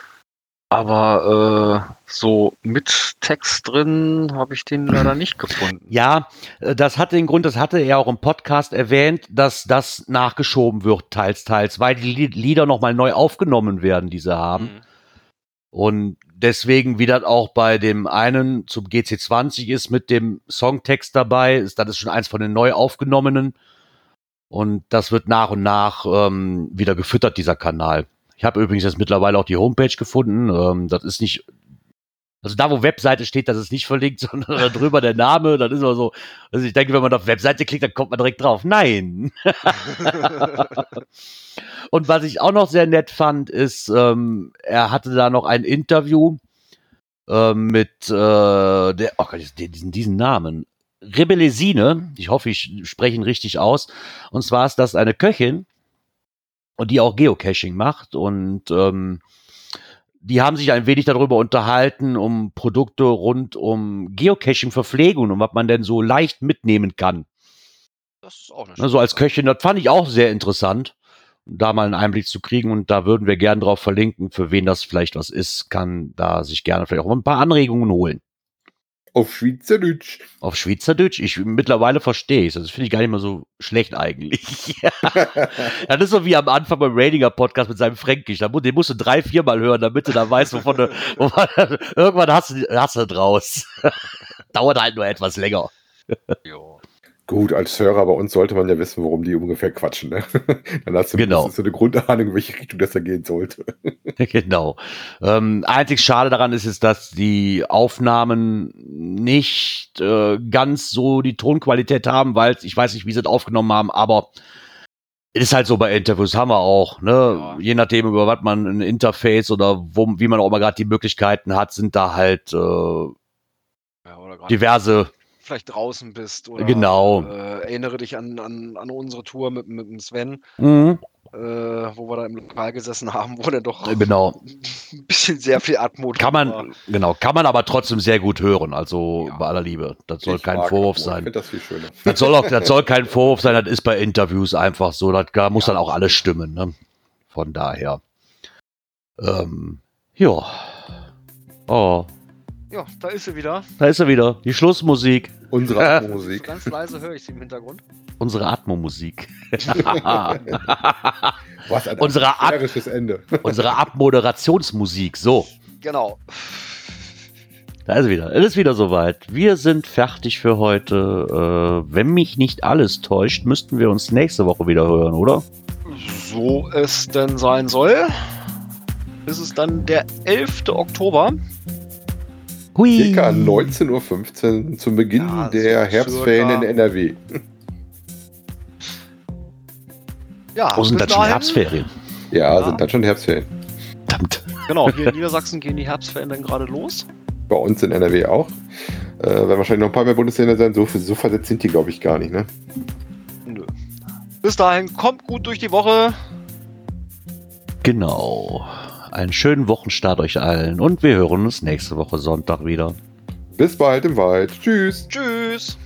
Aber so mit Text drin habe ich den leider nicht gefunden. Ja, das hat den Grund, das hatte er auch im Podcast erwähnt, dass das nachgeschoben wird, teils, weil die Lieder nochmal neu aufgenommen werden, die sie haben. Und deswegen, wie das auch bei dem einen zum GC20 ist, mit dem Songtext dabei, das ist schon eins von den neu aufgenommenen. Und das wird nach und nach wieder gefüttert, dieser Kanal. Ich habe übrigens jetzt mittlerweile auch die Homepage gefunden. Das ist nicht, also da, wo Webseite steht, das ist nicht verlinkt, sondern da drüber der Name. Das ist immer so, also ich denke, wenn man auf Webseite klickt, dann kommt man direkt drauf. Nein. Und was ich auch noch sehr nett fand, ist, er hatte da noch ein Interview mit diesen Namen. Rebellesine, ich hoffe, ich spreche ihn richtig aus. Und zwar ist das eine Köchin, und die auch Geocaching macht, und die haben sich ein wenig darüber unterhalten, um Produkte rund um Geocaching, Verpflegung und was man denn so leicht mitnehmen kann. Das ist auch nicht So als Köchin, das fand ich auch sehr interessant, da mal einen Einblick zu kriegen. Und da würden wir gerne drauf verlinken, für wen das vielleicht was ist, kann da sich gerne vielleicht auch ein paar Anregungen holen. Auf Schweizerdeutsch. Auf Schweizerdeutsch? Mittlerweile verstehe ich es. Das finde ich gar nicht mal so schlecht eigentlich. Das ist so wie am Anfang beim Ratinger-Podcast mit seinem Fränkisch. Den musst du 3-4 Mal hören, damit du dann weißt, irgendwann hast du draus. Dauert halt nur etwas länger. Jo. Gut, als Hörer bei uns sollte man ja wissen, worum die ungefähr quatschen. Ne? Dann hast du Genau. so eine Grundahnung, in welche Richtung das da gehen sollte. Genau. Einzig schade daran ist, dass die Aufnahmen nicht ganz so die Tonqualität haben, weil ich weiß nicht, wie sie es aufgenommen haben, aber es ist halt so bei Interviews, haben wir auch. Ne? Ja. Je nachdem, über was man ein Interface oder wie man auch mal gerade die Möglichkeiten hat, sind da halt Ja, oder gerade diverse. vielleicht draußen bist oder Genau. Erinnere dich an unsere Tour mit dem Sven, Mhm, wo wir da im Lokal gesessen haben, wo dann doch genau. ein bisschen sehr viel Atmo drin war. Kann man aber trotzdem sehr gut hören, also Ja. bei aller Liebe. Das soll Ich kein mag Vorwurf Atmo, Ich sein. finde das viel schöner. Das soll kein Vorwurf sein, das ist bei Interviews einfach so. Da muss dann auch alles stimmen. Ne? Von daher. Ja. Oh, Ja, da ist sie wieder. da ist er wieder. Die Schlussmusik. Unsere So Atmo-Musik. ganz leise höre ich sie im Hintergrund. Unsere Atmo-Musik. Was ein Unsere atmosphärisches Ende. Unsere Abmoderationsmusik. So, Genau. da ist er wieder. Es ist wieder soweit. Wir sind fertig für heute. Wenn mich nicht alles täuscht, müssten wir uns nächste Woche wieder hören, oder? So es denn sein soll, ist es dann der 11. Oktober. Hui. Circa 19:15 Uhr zum Beginn Ja, der so Herbstferien circa. in NRW. Ja, Wo sind bis das schon dahin- Herbstferien? Ja, Ja. sind dann schon Herbstferien. Verdammt. Genau, hier in Niedersachsen gehen die Herbstferien dann gerade los. Bei uns in NRW auch. Werden wahrscheinlich noch ein paar mehr Bundesländer sein. So versetzt sind die, glaube ich, gar nicht. Ne? Nö. Bis dahin, kommt gut durch die Woche. Genau. Einen schönen Wochenstart euch allen und wir hören uns nächste Woche Sonntag wieder. Bis bald im Wald. Tschüss. Tschüss.